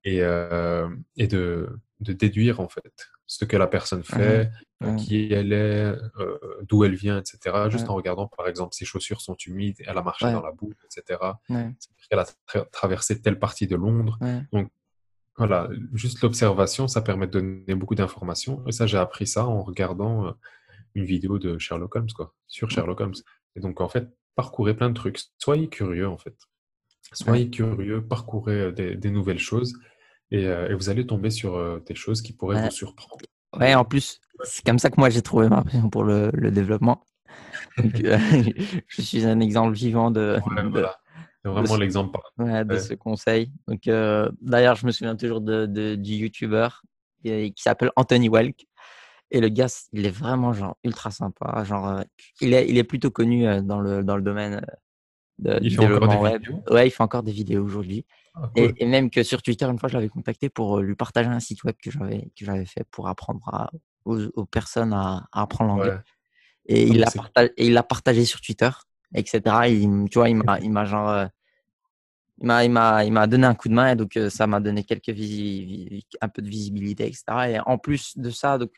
[SPEAKER 2] et de déduire, en fait, ce que la personne
[SPEAKER 1] mhm,
[SPEAKER 2] fait,
[SPEAKER 1] ouais,
[SPEAKER 2] qui elle est, d'où elle vient, etc. Juste
[SPEAKER 1] ouais,
[SPEAKER 2] en regardant, par exemple, ses chaussures sont humides, elle a marché dans
[SPEAKER 1] ouais,
[SPEAKER 2] la boue, etc.
[SPEAKER 1] ouais,
[SPEAKER 2] C'est-à-dire qu'elle a traversé telle partie de Londres.
[SPEAKER 1] ouais,
[SPEAKER 2] Donc, voilà, juste l'observation, ça permet de donner beaucoup d'informations. Et ça, j'ai appris ça en regardant une vidéo de Sherlock Holmes, quoi, sur Sherlock Holmes. Et donc, en fait, parcourez plein de trucs. Soyez curieux, en fait.
[SPEAKER 1] ouais,
[SPEAKER 2] Soyez curieux, parcourez des nouvelles choses et vous allez tomber sur des choses qui pourraient vous
[SPEAKER 1] ouais.
[SPEAKER 2] surprendre.
[SPEAKER 1] Ouais, en plus, c'est comme ça que moi j'ai trouvé ma passion pour le développement. Donc, je suis un exemple vivant
[SPEAKER 2] Ouais, voilà. C'est
[SPEAKER 1] de,
[SPEAKER 2] vraiment
[SPEAKER 1] ce,
[SPEAKER 2] l'exemple
[SPEAKER 1] ouais, de
[SPEAKER 2] parfait.
[SPEAKER 1] ce conseil. Donc, d'ailleurs, je me souviens toujours du YouTuber qui s'appelle Anthony Welk. Et le gars, il est vraiment genre ultra sympa. Genre, il est plutôt connu dans le domaine
[SPEAKER 2] Il
[SPEAKER 1] du
[SPEAKER 2] fait encore des
[SPEAKER 1] développement web.
[SPEAKER 2] vidéos.
[SPEAKER 1] Ouais, il fait encore des vidéos aujourd'hui.
[SPEAKER 2] Ah, cool.
[SPEAKER 1] Et même que sur Twitter, une fois, je l'avais contacté pour lui partager un site web que j'avais fait pour apprendre aux personnes à apprendre l'anglais.
[SPEAKER 2] Ouais.
[SPEAKER 1] Et
[SPEAKER 2] Ah,
[SPEAKER 1] il
[SPEAKER 2] mais
[SPEAKER 1] l'a
[SPEAKER 2] c'est cool.
[SPEAKER 1] partagé, et il l'a partagé sur Twitter, etc. Tu vois, il m'a genre, il m'a donné un coup de main et donc ça m'a donné un peu de visibilité, etc. Et en plus de ça, donc,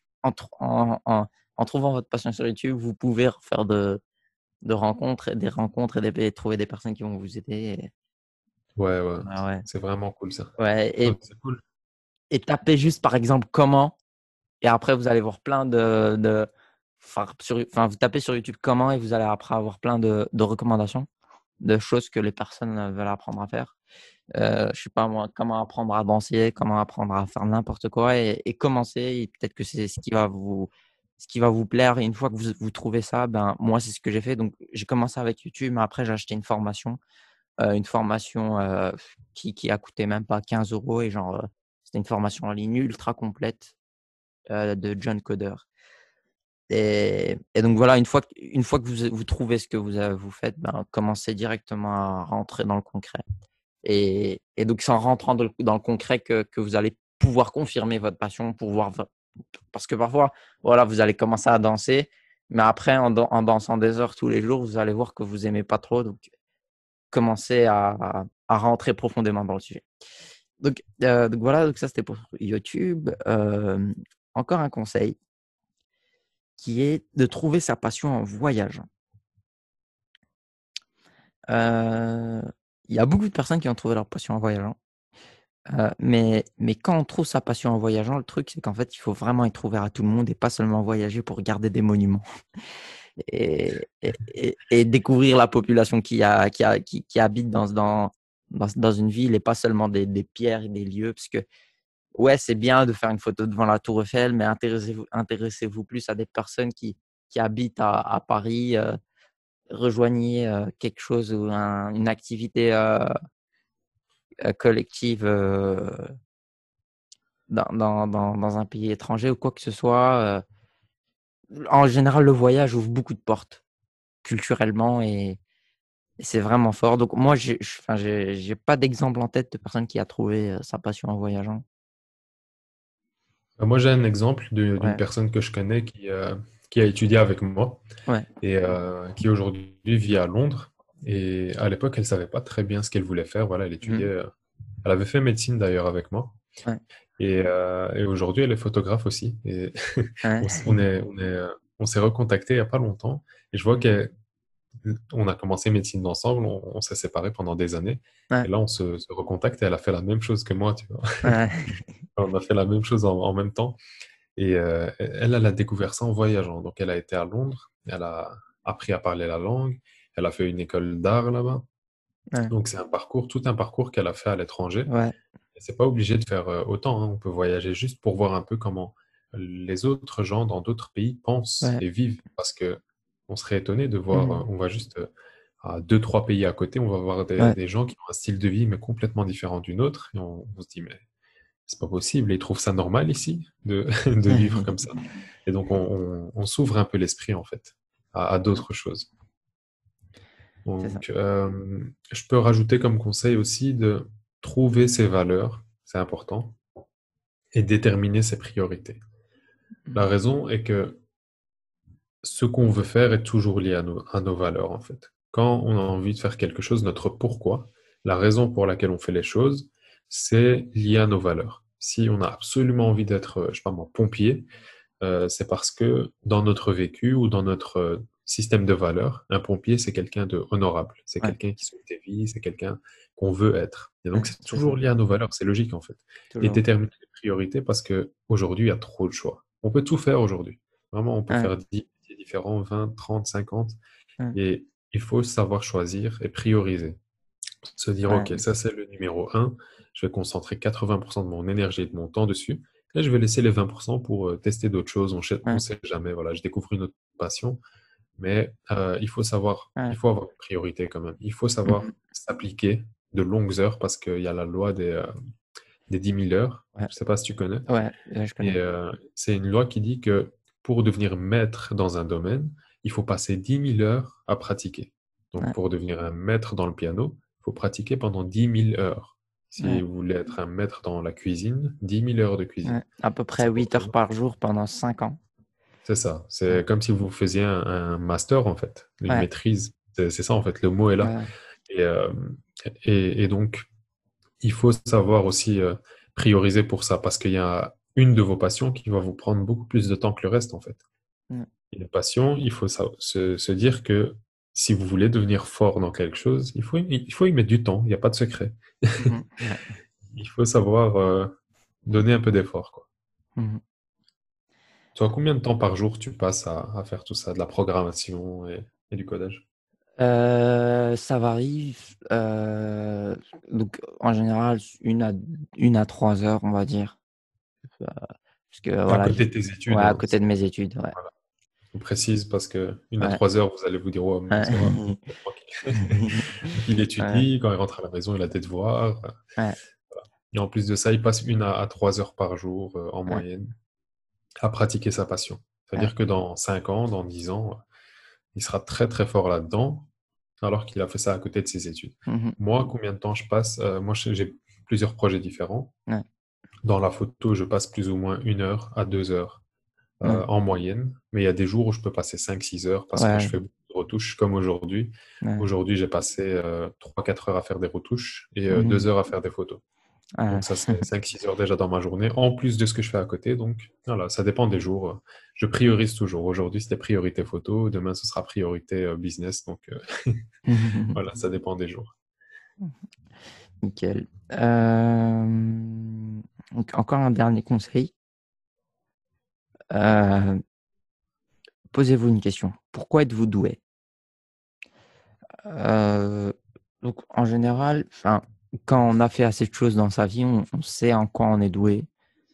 [SPEAKER 1] en trouvant votre passion sur YouTube, vous pouvez faire des rencontres et trouver des personnes qui vont vous aider.
[SPEAKER 2] Ouais, ouais.
[SPEAKER 1] Ah ouais.
[SPEAKER 2] C'est vraiment cool, ça.
[SPEAKER 1] Ouais.
[SPEAKER 2] Ah,
[SPEAKER 1] Et,
[SPEAKER 2] c'est cool.
[SPEAKER 1] et tapez juste, par exemple, comment. Et après, vous allez voir plein enfin, vous tapez sur YouTube comment et vous allez après avoir plein de recommandations, de choses que les personnes veulent apprendre à faire. Je sais pas moi, comment apprendre à danser, comment apprendre à faire n'importe quoi et commencer. Et peut-être que c'est ce qui va vous plaire. Et une fois que vous trouvez ça, ben moi c'est ce que j'ai fait. Donc j'ai commencé avec YouTube, mais après j'ai acheté une formation qui a coûté même pas 15 euros et genre c'était une formation en ligne ultra complète de John Coder. Et donc voilà, une fois que vous trouvez ce que vous faites, ben commencez directement à rentrer dans le concret. Et donc, c'est en rentrant dans le concret que vous allez pouvoir confirmer votre passion, parce que parfois, voilà, vous allez commencer à danser, mais après, en dansant des heures tous les jours, vous allez voir que vous aimez pas trop. Donc, commencez à rentrer profondément dans le sujet. Donc voilà, donc ça c'était pour YouTube. Encore un conseil qui est de trouver sa passion en voyageant. Il y a beaucoup de personnes qui ont trouvé leur passion en voyageant. Mais quand on trouve sa passion en voyageant, le truc c'est qu'en fait il faut vraiment être ouvert à tout le monde et pas seulement voyager pour regarder des monuments et découvrir la population qui habite dans une ville et pas seulement des pierres et des lieux. Parce que ouais, c'est bien de faire une photo devant la Tour Eiffel, mais intéressez-vous plus à des personnes qui habitent à Paris. Rejoignez quelque chose ou une activité collective dans un pays étranger ou quoi que ce soit. En général, le voyage ouvre beaucoup de portes culturellement et c'est vraiment fort. Donc moi, j'ai pas d'exemple en tête de personne qui a trouvé sa passion en voyageant.
[SPEAKER 2] Moi, j'ai un exemple d'une
[SPEAKER 1] Ouais,
[SPEAKER 2] personne que je connais qui a étudié avec moi
[SPEAKER 1] ouais,
[SPEAKER 2] et qui aujourd'hui vit à Londres. Et à l'époque, elle savait pas très bien ce qu'elle voulait faire. Voilà, elle étudiait.
[SPEAKER 1] mhm,
[SPEAKER 2] Elle avait fait médecine d'ailleurs avec moi.
[SPEAKER 1] ouais,
[SPEAKER 2] Et aujourd'hui, elle est photographe aussi. Et
[SPEAKER 1] ouais,
[SPEAKER 2] on s'est recontacté il y a pas longtemps. Et je vois
[SPEAKER 1] mhm,
[SPEAKER 2] qu'on a commencé médecine ensemble. On s'est séparés pendant des années.
[SPEAKER 1] ouais,
[SPEAKER 2] Et là, on se recontacte et elle a fait la même chose que moi, tu vois.
[SPEAKER 1] ouais,
[SPEAKER 2] On a fait la même chose en même temps. Et elle a découvert ça en voyageant. Donc, elle a été à Londres, elle a appris à parler la langue, elle a fait une école d'art là-bas.
[SPEAKER 1] ouais,
[SPEAKER 2] Donc, c'est un parcours, tout un parcours qu'elle a fait à l'étranger.
[SPEAKER 1] ouais,
[SPEAKER 2] Et c'est pas obligé de faire autant, hein. On peut voyager juste pour voir un peu comment les autres gens dans d'autres pays pensent
[SPEAKER 1] ouais,
[SPEAKER 2] et vivent. Parce que on serait étonné de voir,
[SPEAKER 1] mhm,
[SPEAKER 2] on va juste à deux, trois pays à côté, on va voir
[SPEAKER 1] ouais,
[SPEAKER 2] des gens qui ont un style de vie mais complètement différent du nôtre. Et on se dit, mais c'est pas possible. Ils trouvent ça normal ici de vivre comme ça. Et donc, on s'ouvre un peu l'esprit, en fait, à d'autres choses.
[SPEAKER 1] c'est ça.
[SPEAKER 2] Donc, je peux rajouter comme conseil aussi de trouver ses valeurs, c'est important, et déterminer ses priorités. La
[SPEAKER 1] Mhm,
[SPEAKER 2] raison est que ce qu'on veut faire est toujours lié à nos valeurs, en fait. Quand on a envie de faire quelque chose, notre pourquoi, la raison pour laquelle on fait les choses, c'est lié à nos valeurs. Si on a absolument envie d'être, je sais pas moi, pompier, c'est parce que dans notre vécu ou dans notre système de valeurs, un pompier, c'est quelqu'un de honorable, c'est
[SPEAKER 1] ouais,
[SPEAKER 2] quelqu'un qui sauve des vies, c'est quelqu'un qu'on veut être. Et
[SPEAKER 1] ouais,
[SPEAKER 2] donc, c'est
[SPEAKER 1] c'est ça.
[SPEAKER 2] toujours lié à nos valeurs, c'est logique en fait. Et
[SPEAKER 1] Toujours.
[SPEAKER 2] déterminer les priorités parce que aujourd'hui, il y a trop de choix. On peut tout faire aujourd'hui. Vraiment, on peut
[SPEAKER 1] Ouais,
[SPEAKER 2] faire 10 métiers différents, 20, 30, 50.
[SPEAKER 1] ouais,
[SPEAKER 2] Et il faut savoir choisir et prioriser. Se dire, OK,
[SPEAKER 1] ouais,
[SPEAKER 2] ça c'est le numéro un. Je vais concentrer 80% de mon énergie et de mon temps dessus. Et je vais laisser les 20% pour tester d'autres choses. On
[SPEAKER 1] ouais,
[SPEAKER 2] sait jamais. Voilà, je découvre une autre passion. Mais il
[SPEAKER 1] ouais,
[SPEAKER 2] faut avoir une priorité quand même. Il faut savoir
[SPEAKER 1] mhm,
[SPEAKER 2] s'appliquer de longues heures parce qu'il y a la loi des 10 000 heures.
[SPEAKER 1] ouais,
[SPEAKER 2] Je sais pas si tu connais.
[SPEAKER 1] ouais, je
[SPEAKER 2] Et
[SPEAKER 1] connais.
[SPEAKER 2] c'est une loi qui dit que pour devenir maître dans un domaine, il faut passer 10 000 heures à pratiquer. Donc,
[SPEAKER 1] Ouais,
[SPEAKER 2] pour devenir un maître dans le piano, il faut pratiquer pendant 10 000 heures. Si
[SPEAKER 1] ouais,
[SPEAKER 2] vous voulez être un maître dans la cuisine, 10 000 heures de cuisine.
[SPEAKER 1] ouais. À peu près
[SPEAKER 2] C'est
[SPEAKER 1] 8 heures
[SPEAKER 2] beaucoup.
[SPEAKER 1] par jour pendant 5 ans.
[SPEAKER 2] C'est ça.
[SPEAKER 1] Ouais,
[SPEAKER 2] C'est comme si vous faisiez un master, en fait, une
[SPEAKER 1] ouais,
[SPEAKER 2] maîtrise. C'est ça, en fait, le mot est là.
[SPEAKER 1] ouais,
[SPEAKER 2] Et, euh, et donc, il faut savoir aussi prioriser pour ça, parce qu'il y a une de vos passions qui va vous prendre beaucoup plus de temps que le reste, en fait.
[SPEAKER 1] ouais,
[SPEAKER 2] Une passion, il faut se dire que si vous voulez devenir fort dans quelque chose, il faut y mettre du temps, il n'y a pas de secret.
[SPEAKER 1] mhm, ouais,
[SPEAKER 2] Il faut savoir donner un peu d'effort, quoi.
[SPEAKER 1] mhm.
[SPEAKER 2] Toi, combien de temps par jour tu passes à faire tout ça, de la programmation et du codage?
[SPEAKER 1] Ça varie. Donc, en général, 1 à 3 heures, on va dire. Parce que
[SPEAKER 2] À
[SPEAKER 1] voilà,
[SPEAKER 2] côté de tes études,
[SPEAKER 1] ouais, à
[SPEAKER 2] hein,
[SPEAKER 1] côté de mes études. Ouais,
[SPEAKER 2] voilà. On précise parce que une à
[SPEAKER 1] ouais,
[SPEAKER 2] 3 heures, vous allez vous dire, oh, ça va,
[SPEAKER 1] ouais.
[SPEAKER 2] tranquille. Il
[SPEAKER 1] Ouais,
[SPEAKER 2] étudie, quand il rentre à la maison, il a des devoirs.
[SPEAKER 1] ouais,
[SPEAKER 2] Et en plus de ça, il passe 1 à 3 heures par jour en
[SPEAKER 1] ouais,
[SPEAKER 2] moyenne à pratiquer sa passion.
[SPEAKER 1] ouais,
[SPEAKER 2] C'est-à-dire que dans 5 ans, dans 10 ans, il sera très très fort là-dedans. alors qu'il a fait ça à côté de ses études.
[SPEAKER 1] Mhm.
[SPEAKER 2] Moi, combien de temps je passe? Moi, j'ai plusieurs projets différents.
[SPEAKER 1] Ouais,
[SPEAKER 2] Dans la photo, je passe plus ou moins 1 heure à 2 heures
[SPEAKER 1] ouais,
[SPEAKER 2] en moyenne, mais il y a des jours où je peux passer 5, 6 heures parce que je
[SPEAKER 1] ouais,
[SPEAKER 2] fais beaucoup de retouches, comme aujourd'hui.
[SPEAKER 1] ouais.
[SPEAKER 2] Aujourd'hui, j'ai passé 3, 4 heures à faire des retouches et
[SPEAKER 1] Mhm.
[SPEAKER 2] 2 heures à faire des photos.
[SPEAKER 1] Ouais.
[SPEAKER 2] Donc ça, c'est 5, 6 heures déjà dans ma journée, en plus de ce que je fais à côté. Donc voilà, ça dépend des jours. Je priorise toujours. Aujourd'hui, c'était priorité photo, demain, ce sera priorité business. Donc voilà, ça dépend des jours.
[SPEAKER 1] Nickel. Donc encore un dernier conseil. Euh, Posez-vous une question. Pourquoi êtes-vous doué? Euh, donc en général, enfin, quand on a fait assez de choses dans sa vie, on sait en quoi on est doué.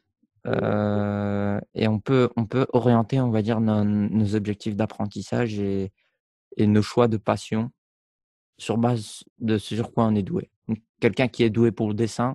[SPEAKER 1] Et on peut orienter, on va dire, nos objectifs d'apprentissage et nos choix de passion sur base de ce sur quoi on est doué. Donc, quelqu'un qui est doué pour le dessin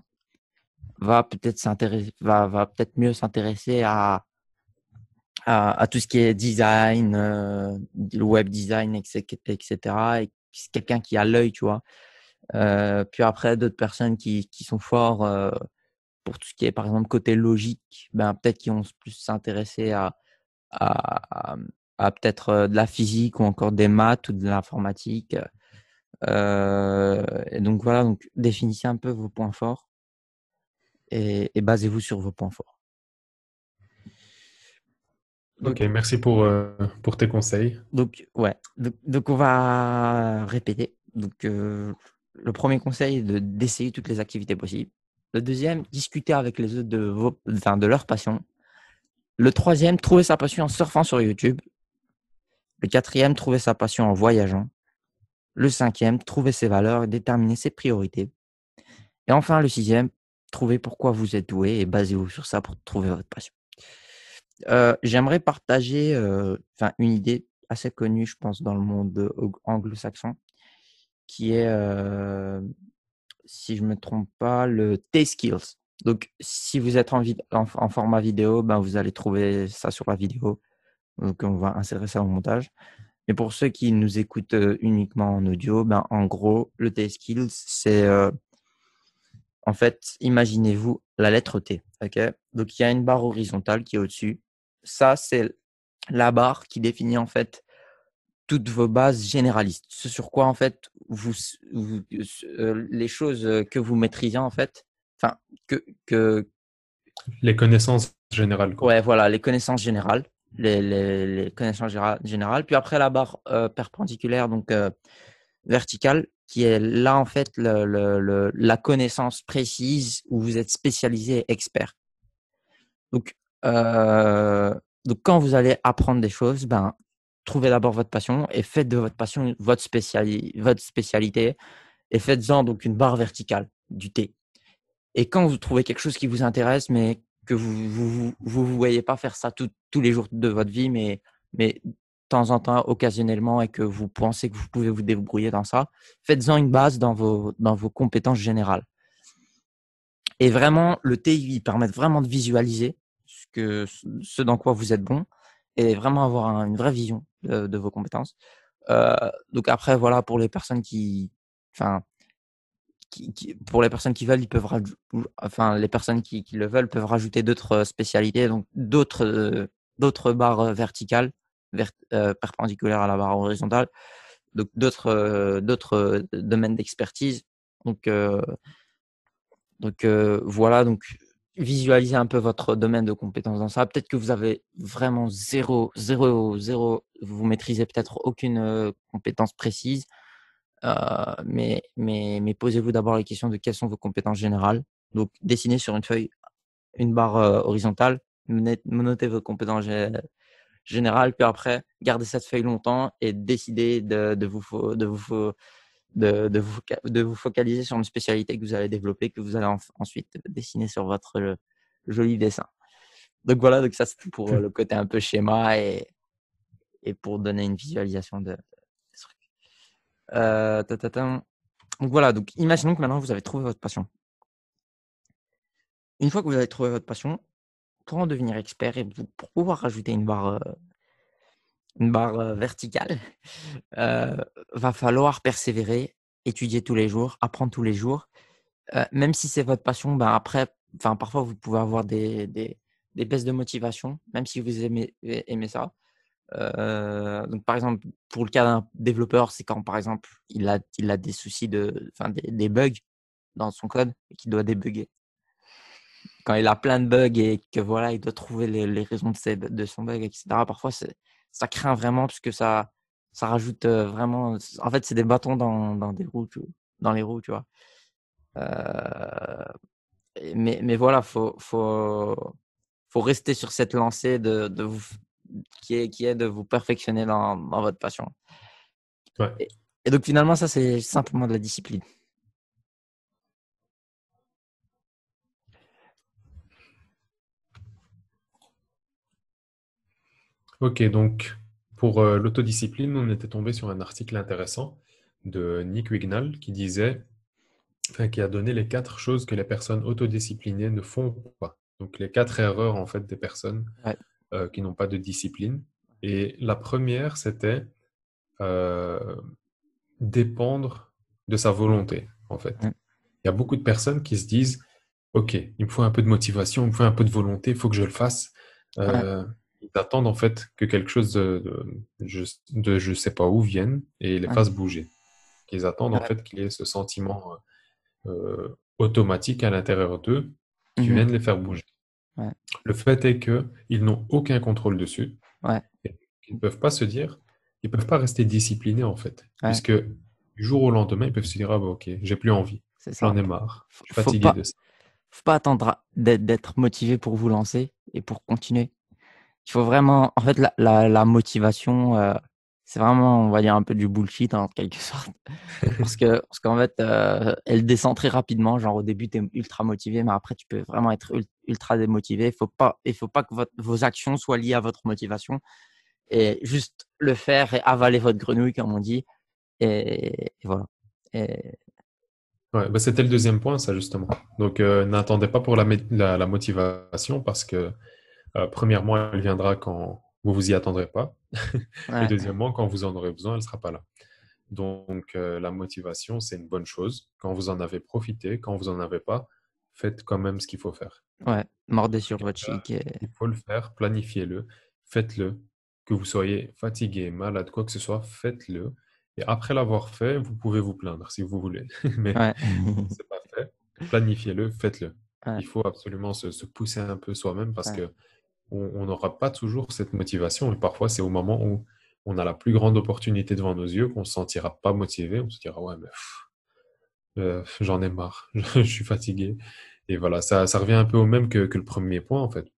[SPEAKER 1] va peut-être mieux s'intéresser à tout ce qui est design, le web design, etc. Et c'est quelqu'un qui a l'œil, tu vois. Puis après, d'autres personnes qui sont forts pour tout ce qui est, par exemple, côté logique, ben, peut-être qu'ils vont plus s'intéresser à, à, à peut-être de la physique ou encore des maths ou de l'informatique. Et donc voilà, donc définissez un peu vos points forts et basez-vous sur vos points forts.
[SPEAKER 2] Ok,
[SPEAKER 1] Donc,
[SPEAKER 2] merci pour tes conseils.
[SPEAKER 1] donc ouais, donc on va répéter. Donc, le premier conseil est d'essayer toutes les activités possibles. Le deuxième, discuter avec les autres de leur passion. Le troisième, trouver sa passion en surfant sur YouTube. Le quatrième, trouver sa passion en voyageant. Le cinquième, trouver ses valeurs et déterminer ses priorités. Et enfin, le sixième, trouver pourquoi vous êtes doué et basez-vous sur ça pour trouver votre passion. J'aimerais partager une idée assez connue, je pense, dans le monde anglo-saxon, qui est, si je ne me trompe pas, le T-Skills. Donc, si vous êtes en format vidéo, ben, vous allez trouver ça sur la vidéo. Donc, on va insérer ça au montage. Mais pour ceux qui nous écoutent uniquement en audio, ben, en gros, le T-Skills, c'est en fait, imaginez-vous la lettre T. Ok. Donc, il y a une barre horizontale qui est au-dessus. Ça, c'est la barre qui définit en fait toutes vos bases généralistes. Ce sur quoi en fait les choses que vous maîtrisez en fait, enfin que
[SPEAKER 2] Les connaissances générales, quoi.
[SPEAKER 1] ouais voilà les connaissances générales, les connaissances générales. Puis après la barre perpendiculaire donc verticale qui est là en fait la connaissance précise où vous êtes spécialisé et expert. Donc, euh, donc, quand vous allez apprendre des choses, ben, trouvez d'abord votre passion et faites de votre passion votre spécialité et faites-en donc une barre verticale du T. Et quand vous trouvez quelque chose qui vous intéresse, mais que vous voyez pas faire ça tous les jours de votre vie, mais de temps en temps, occasionnellement, et que vous pensez que vous pouvez vous débrouiller dans ça, faites-en une base dans vos compétences générales. Et vraiment, le TI permet vraiment de visualiser ce dans quoi vous êtes bon et vraiment avoir une vraie vision de vos compétences. Donc après, voilà, pour les personnes enfin, pour les personnes qui veulent, ils peuvent enfin, les personnes qui le veulent peuvent rajouter d'autres spécialités, donc d'autres barres verticales, perpendiculaires à la barre horizontale, donc d'autres domaines d'expertise. Donc, voilà, donc visualisez un peu votre domaine de compétences dans ça. Peut-être que vous avez vraiment zéro, zéro, zéro, vous maîtrisez peut-être aucune compétence précise, mais posez-vous d'abord la question de quelles sont vos compétences générales. Donc, dessinez sur une feuille une barre horizontale, notez vos compétences générales, puis après, gardez cette feuille longtemps et décidez de vous focaliser sur une spécialité que vous allez développer, que vous allez ensuite dessiner sur votre joli dessin. Donc voilà, donc ça c'est pour le côté un peu schéma et pour donner une visualisation des trucs. Donc voilà, donc imaginons que maintenant vous avez trouvé votre passion. Une fois que vous avez trouvé votre passion, pour en devenir expert et pour pouvoir rajouter une barre une barre verticale. Euh, Va falloir persévérer, étudier tous les jours, apprendre tous les jours. Même si c'est votre passion, ben après, enfin, parfois vous pouvez avoir des baisses de motivation, même si vous aimez ça. Donc, par exemple, pour le cas d'un développeur, c'est quand, par exemple, il a des soucis enfin, des bugs dans son code et qu'il doit débugger. Quand il a plein de bugs et que voilà, il doit trouver les raisons de son bug, etc. Parfois, ça craint vraiment parce que ça rajoute vraiment. En fait, c'est des bâtons dans des roues, dans les roues, tu vois. Euh, mais voilà, faut rester sur cette lancée qui est de vous perfectionner dans votre passion.
[SPEAKER 2] Ouais.
[SPEAKER 1] Et donc finalement, ça, c'est simplement de la discipline.
[SPEAKER 2] Ok, donc pour l'autodiscipline, on était tombé sur un article intéressant de Nick Wignall qui disait, enfin, qui a donné les 4 choses que les personnes autodisciplinées ne font pas. Donc les 4 erreurs en fait des personnes
[SPEAKER 1] Ouais.
[SPEAKER 2] qui n'ont pas de discipline. Et la première, c'était euh, dépendre de sa volonté, en fait.
[SPEAKER 1] Ouais.
[SPEAKER 2] Il y a beaucoup de personnes qui se disent, OK, il me faut un peu de motivation, il me faut un peu de volonté, il faut que je le fasse.
[SPEAKER 1] Ouais.
[SPEAKER 2] Ils attendent en fait que quelque chose de je sais pas où vienne et les
[SPEAKER 1] Ouais.
[SPEAKER 2] fasse bouger. Ils attendent en
[SPEAKER 1] Ouais.
[SPEAKER 2] fait qu'il y ait ce sentiment automatique à l'intérieur d'eux qui
[SPEAKER 1] Mhm.
[SPEAKER 2] vienne les faire bouger.
[SPEAKER 1] Ouais.
[SPEAKER 2] Le fait est qu'ils n'ont aucun contrôle dessus.
[SPEAKER 1] Ouais.
[SPEAKER 2] Et ils ne peuvent pas se dire, ils ne peuvent pas rester disciplinés en fait,
[SPEAKER 1] Ouais.
[SPEAKER 2] puisque du jour au lendemain, ils peuvent se dire, ah bah ok, j'ai plus envie,
[SPEAKER 1] C'est
[SPEAKER 2] j'en
[SPEAKER 1] ça.
[SPEAKER 2] ai marre, je suis
[SPEAKER 1] Faut
[SPEAKER 2] fatigué
[SPEAKER 1] pas,
[SPEAKER 2] de ça.
[SPEAKER 1] faut pas attendre d'être motivé pour vous lancer et pour continuer. Il faut vraiment, en fait, la motivation, c'est vraiment, on va dire, un peu du bullshit en quelque sorte. Parce qu'en fait, elle descend très rapidement. Genre, au début, tu es ultra motivé, mais après, tu peux vraiment être ultra démotivé. Il faut pas que vos actions soient liées à votre motivation et juste le faire et avaler votre grenouille, comme on dit. Et voilà. Et,
[SPEAKER 2] Ouais, bah, c'était le deuxième point, ça justement. Donc n'attendez pas pour la motivation parce que premièrement, elle viendra quand vous vous y attendrez pas. Et
[SPEAKER 1] ouais,
[SPEAKER 2] deuxièmement, quand vous en aurez besoin, elle sera pas là. Donc la motivation, c'est une bonne chose. Quand vous en avez profité, quand vous en avez pas, faites quand même ce qu'il faut faire.
[SPEAKER 1] ouais, mordez
[SPEAKER 2] Tous
[SPEAKER 1] sur
[SPEAKER 2] les
[SPEAKER 1] votre
[SPEAKER 2] cas,
[SPEAKER 1] chic.
[SPEAKER 2] il faut le faire, planifiez-le, faites-le. Que vous soyez fatigué, malade, quoi que ce soit, faites-le. Et après l'avoir fait, vous pouvez vous plaindre si vous voulez. Mais
[SPEAKER 1] Ouais.
[SPEAKER 2] c'est pas fait. Planifiez-le, faites-le.
[SPEAKER 1] Ouais,
[SPEAKER 2] Il faut absolument se pousser un peu soi-même parce
[SPEAKER 1] ouais,
[SPEAKER 2] que on n'aura pas toujours cette motivation. Et parfois, c'est au moment où on a la plus grande opportunité devant nos yeux qu'on ne se sentira pas motivé. On se dira, ouais, mais j'en ai marre, je suis fatigué. Et voilà, ça revient un peu au même que le premier point, en fait.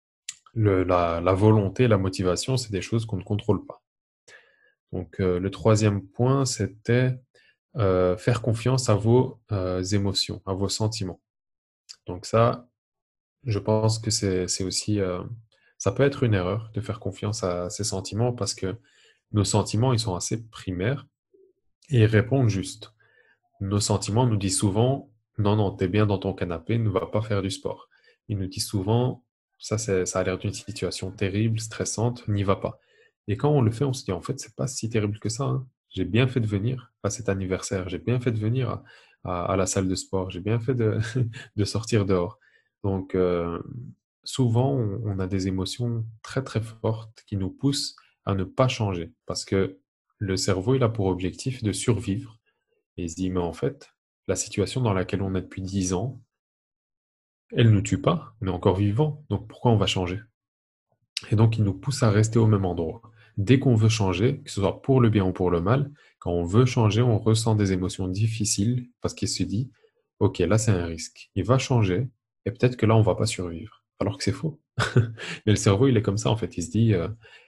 [SPEAKER 2] La volonté, la motivation, c'est des choses qu'on ne contrôle pas. Donc, le troisième point, c'était faire confiance à vos émotions, à vos sentiments. Donc ça, je pense que c'est aussi, ça peut être une erreur de faire confiance à ses sentiments parce que nos sentiments, ils sont assez primaires et ils répondent juste. Nos sentiments nous disent souvent, non, non, t'es bien dans ton canapé, ne va pas faire du sport. Ils nous disent souvent, ça a l'air d'une situation terrible, stressante, n'y va pas. Et quand on le fait, on se dit, en fait, c'est pas si terrible que ça, hein. J'ai bien fait de venir à cet anniversaire, j'ai bien fait de venir à la salle de sport, j'ai bien fait de sortir dehors. Donc, souvent, on a des émotions très, très fortes qui nous poussent à ne pas changer parce que le cerveau, il a pour objectif de survivre et il se dit, mais en fait, la situation dans laquelle on est depuis 10 ans, elle ne nous tue pas, on est encore vivant, donc pourquoi on va changer? Et donc, il nous pousse à rester au même endroit. Dès qu'on veut changer, que ce soit pour le bien ou pour le mal, quand on veut changer, on ressent des émotions difficiles parce qu'il se dit, OK, là, c'est un risque. Il va changer et peut-être que là, on va pas survivre. Alors que c'est faux. Mais le cerveau, il est comme ça, en fait. Il se dit,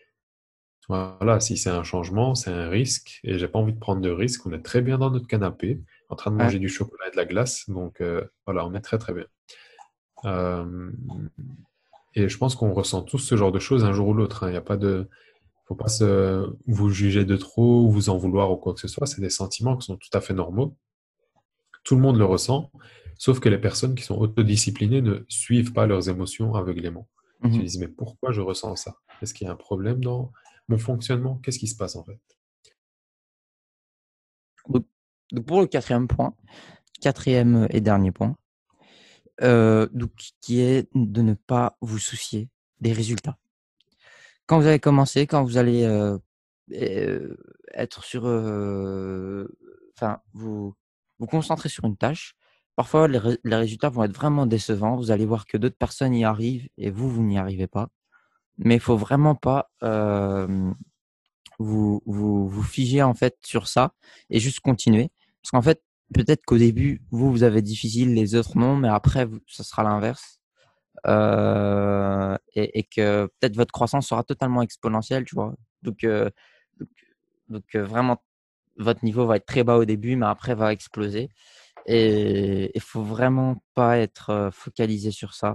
[SPEAKER 2] voilà, si c'est un changement, c'est un risque et j'ai pas envie de prendre de risque. On est très bien dans notre canapé, en train de
[SPEAKER 1] ouais,
[SPEAKER 2] manger du chocolat et de la glace. Donc, voilà, on est très, très bien. Euh, et je pense qu'on ressent tous ce genre de choses un jour ou l'autre, hein. Il n'y a pas de, faut pas vous juger de trop ou vous en vouloir ou quoi que ce soit. C'est des sentiments qui sont tout à fait normaux. Tout le monde le ressent, sauf que les personnes qui sont autodisciplinées ne suivent pas leurs émotions aveuglément. Ils se
[SPEAKER 1] mhm,
[SPEAKER 2] disent, mais pourquoi je ressens ça? Est-ce qu'il y a un problème dans mon fonctionnement, qu'est-ce qui se passe en fait?
[SPEAKER 1] Donc, donc pour le quatrième et dernier point, donc, qui est de ne pas vous soucier des résultats. Quand vous allez commencer, quand vous allez être sur, enfin, vous concentrer sur une tâche, parfois les résultats vont être vraiment décevants. Vous allez voir que d'autres personnes y arrivent et vous n'y arrivez pas. Mais il faut vraiment pas vous figer en fait sur ça et juste continuer. Parce qu'en fait, peut-être qu'au début, vous avez difficile, les autres non, mais après, ça sera l'inverse. Et que peut-être votre croissance sera totalement exponentielle, tu vois. Donc, donc, vraiment, votre niveau va être très bas au début, mais après va exploser. Et il faut vraiment pas être focalisé sur ça.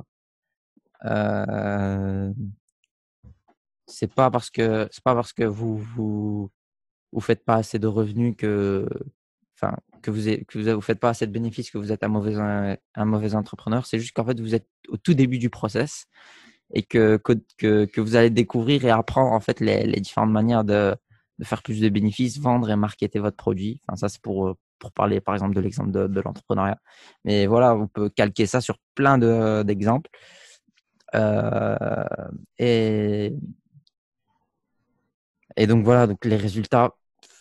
[SPEAKER 1] Euh, c'est pas parce que vous faites pas assez de revenus enfin, vous faites pas assez de bénéfices que vous êtes un mauvais entrepreneur. C'est juste qu'en fait, vous êtes au tout début du process et que vous allez découvrir et apprendre en fait les différentes manières de faire plus de bénéfices, vendre et marketer votre produit. Enfin, ça, c'est pour parler par exemple de l'exemple de l'entrepreneuriat. Mais voilà, on peut calquer ça sur plein d'exemples. Euh, et, et donc voilà, donc les résultats,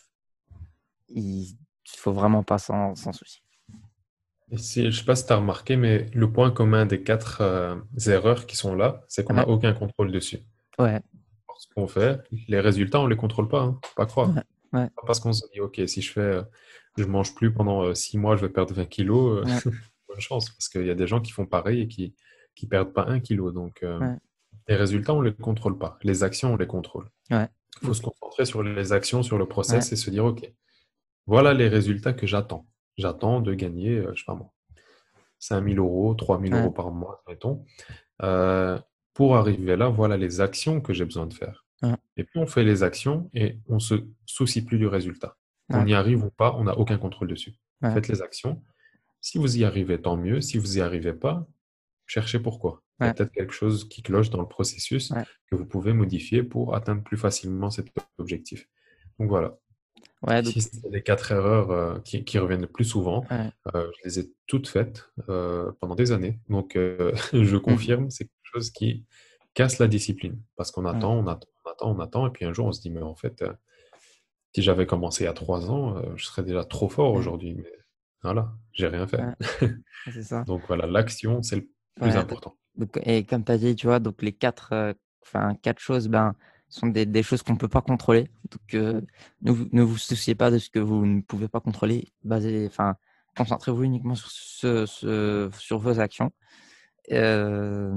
[SPEAKER 1] il faut vraiment pas s'en soucier.
[SPEAKER 2] Et si, je sais pas si tu as remarqué, mais le point commun des quatre erreurs qui sont là, c'est qu'on
[SPEAKER 1] Ouais,
[SPEAKER 2] n'a aucun contrôle dessus.
[SPEAKER 1] ouais,
[SPEAKER 2] Ce qu'on fait, les résultats, on les contrôle pas, hein, faut pas croire.
[SPEAKER 1] ouais, ouais,
[SPEAKER 2] Pas parce qu'on se dit, OK, si je mange plus pendant 6 mois, je vais perdre 20 kilos,
[SPEAKER 1] ouais,
[SPEAKER 2] bonne chance, parce qu'il y a des gens qui font pareil et qui perdent pas 1 kilo. Donc,
[SPEAKER 1] ouais,
[SPEAKER 2] les résultats, on les contrôle pas. Les actions, on les contrôle.
[SPEAKER 1] ouais.
[SPEAKER 2] Il faut
[SPEAKER 1] Donc,
[SPEAKER 2] se concentrer sur les actions, sur le
[SPEAKER 1] ouais,
[SPEAKER 2] process et se dire, OK, voilà les résultats que j'attends. J'attends de gagner, je sais pas moi, 5 000 euros, 3 000 euros
[SPEAKER 1] ouais,
[SPEAKER 2] par mois, mettons. Pour arriver là, voilà les actions que j'ai besoin de faire.
[SPEAKER 1] ouais,
[SPEAKER 2] Et puis on fait les actions et on se soucie plus du résultat. Qu'on
[SPEAKER 1] ouais,
[SPEAKER 2] y arrive ou pas, on n'a aucun contrôle dessus.
[SPEAKER 1] ouais,
[SPEAKER 2] Faites les actions. Si vous y arrivez, tant mieux. Si vous y arrivez pas, cherchez pourquoi. Il y a
[SPEAKER 1] ouais,
[SPEAKER 2] peut-être quelque chose qui cloche dans le processus
[SPEAKER 1] ouais.
[SPEAKER 2] que vous pouvez modifier pour atteindre plus facilement cet objectif. Donc voilà.
[SPEAKER 1] Ouais, donc,
[SPEAKER 2] Si c'est les quatre erreurs qui reviennent le plus souvent,
[SPEAKER 1] ouais.
[SPEAKER 2] je les ai toutes faites pendant des années. Donc, je
[SPEAKER 1] Mhm.
[SPEAKER 2] confirme, c'est quelque chose qui casse la discipline. Parce qu'on
[SPEAKER 1] Ouais,
[SPEAKER 2] attend, on attend, on attend, on attend. Et puis un jour, on se dit, mais en fait, si j'avais commencé il y a 3 ans, je serais déjà trop fort
[SPEAKER 1] ouais,
[SPEAKER 2] aujourd'hui. Mais voilà, j'ai rien fait.
[SPEAKER 1] ouais, c'est ça.
[SPEAKER 2] Donc voilà, l'action, c'est le plus
[SPEAKER 1] Ouais,
[SPEAKER 2] important.
[SPEAKER 1] et comme tu as dit, tu vois, donc les quatre choses, ben, sont des choses qu'on ne peut pas contrôler. Donc, ne vous souciez pas de ce que vous ne pouvez pas contrôler. Enfin, concentrez-vous uniquement sur sur vos actions. Euh,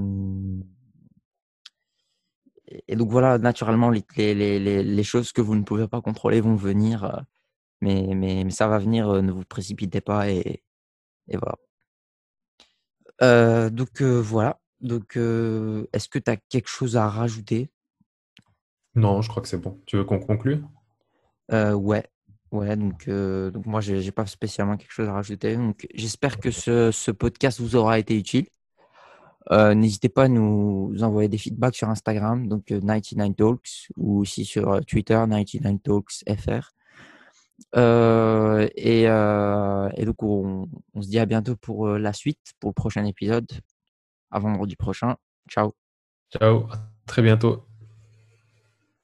[SPEAKER 1] et donc voilà, naturellement, les choses que vous ne pouvez pas contrôler vont venir, mais ça va venir. Ne vous précipitez pas et voilà. Donc voilà. Donc, est-ce que tu as quelque chose à rajouter?
[SPEAKER 2] Non, je crois que c'est bon. Tu veux qu'on conclue?
[SPEAKER 1] Ouais. Ouais, donc moi, j'ai pas spécialement quelque chose à rajouter. Donc, j'espère que ce podcast vous aura été utile. N'hésitez pas à nous envoyer des feedbacks sur Instagram, donc 99 Talks, ou aussi sur Twitter, 99 Talks FR. Et donc, on se dit à bientôt pour la suite, pour le prochain épisode, à vendredi prochain. Ciao.
[SPEAKER 2] Ciao, à très bientôt.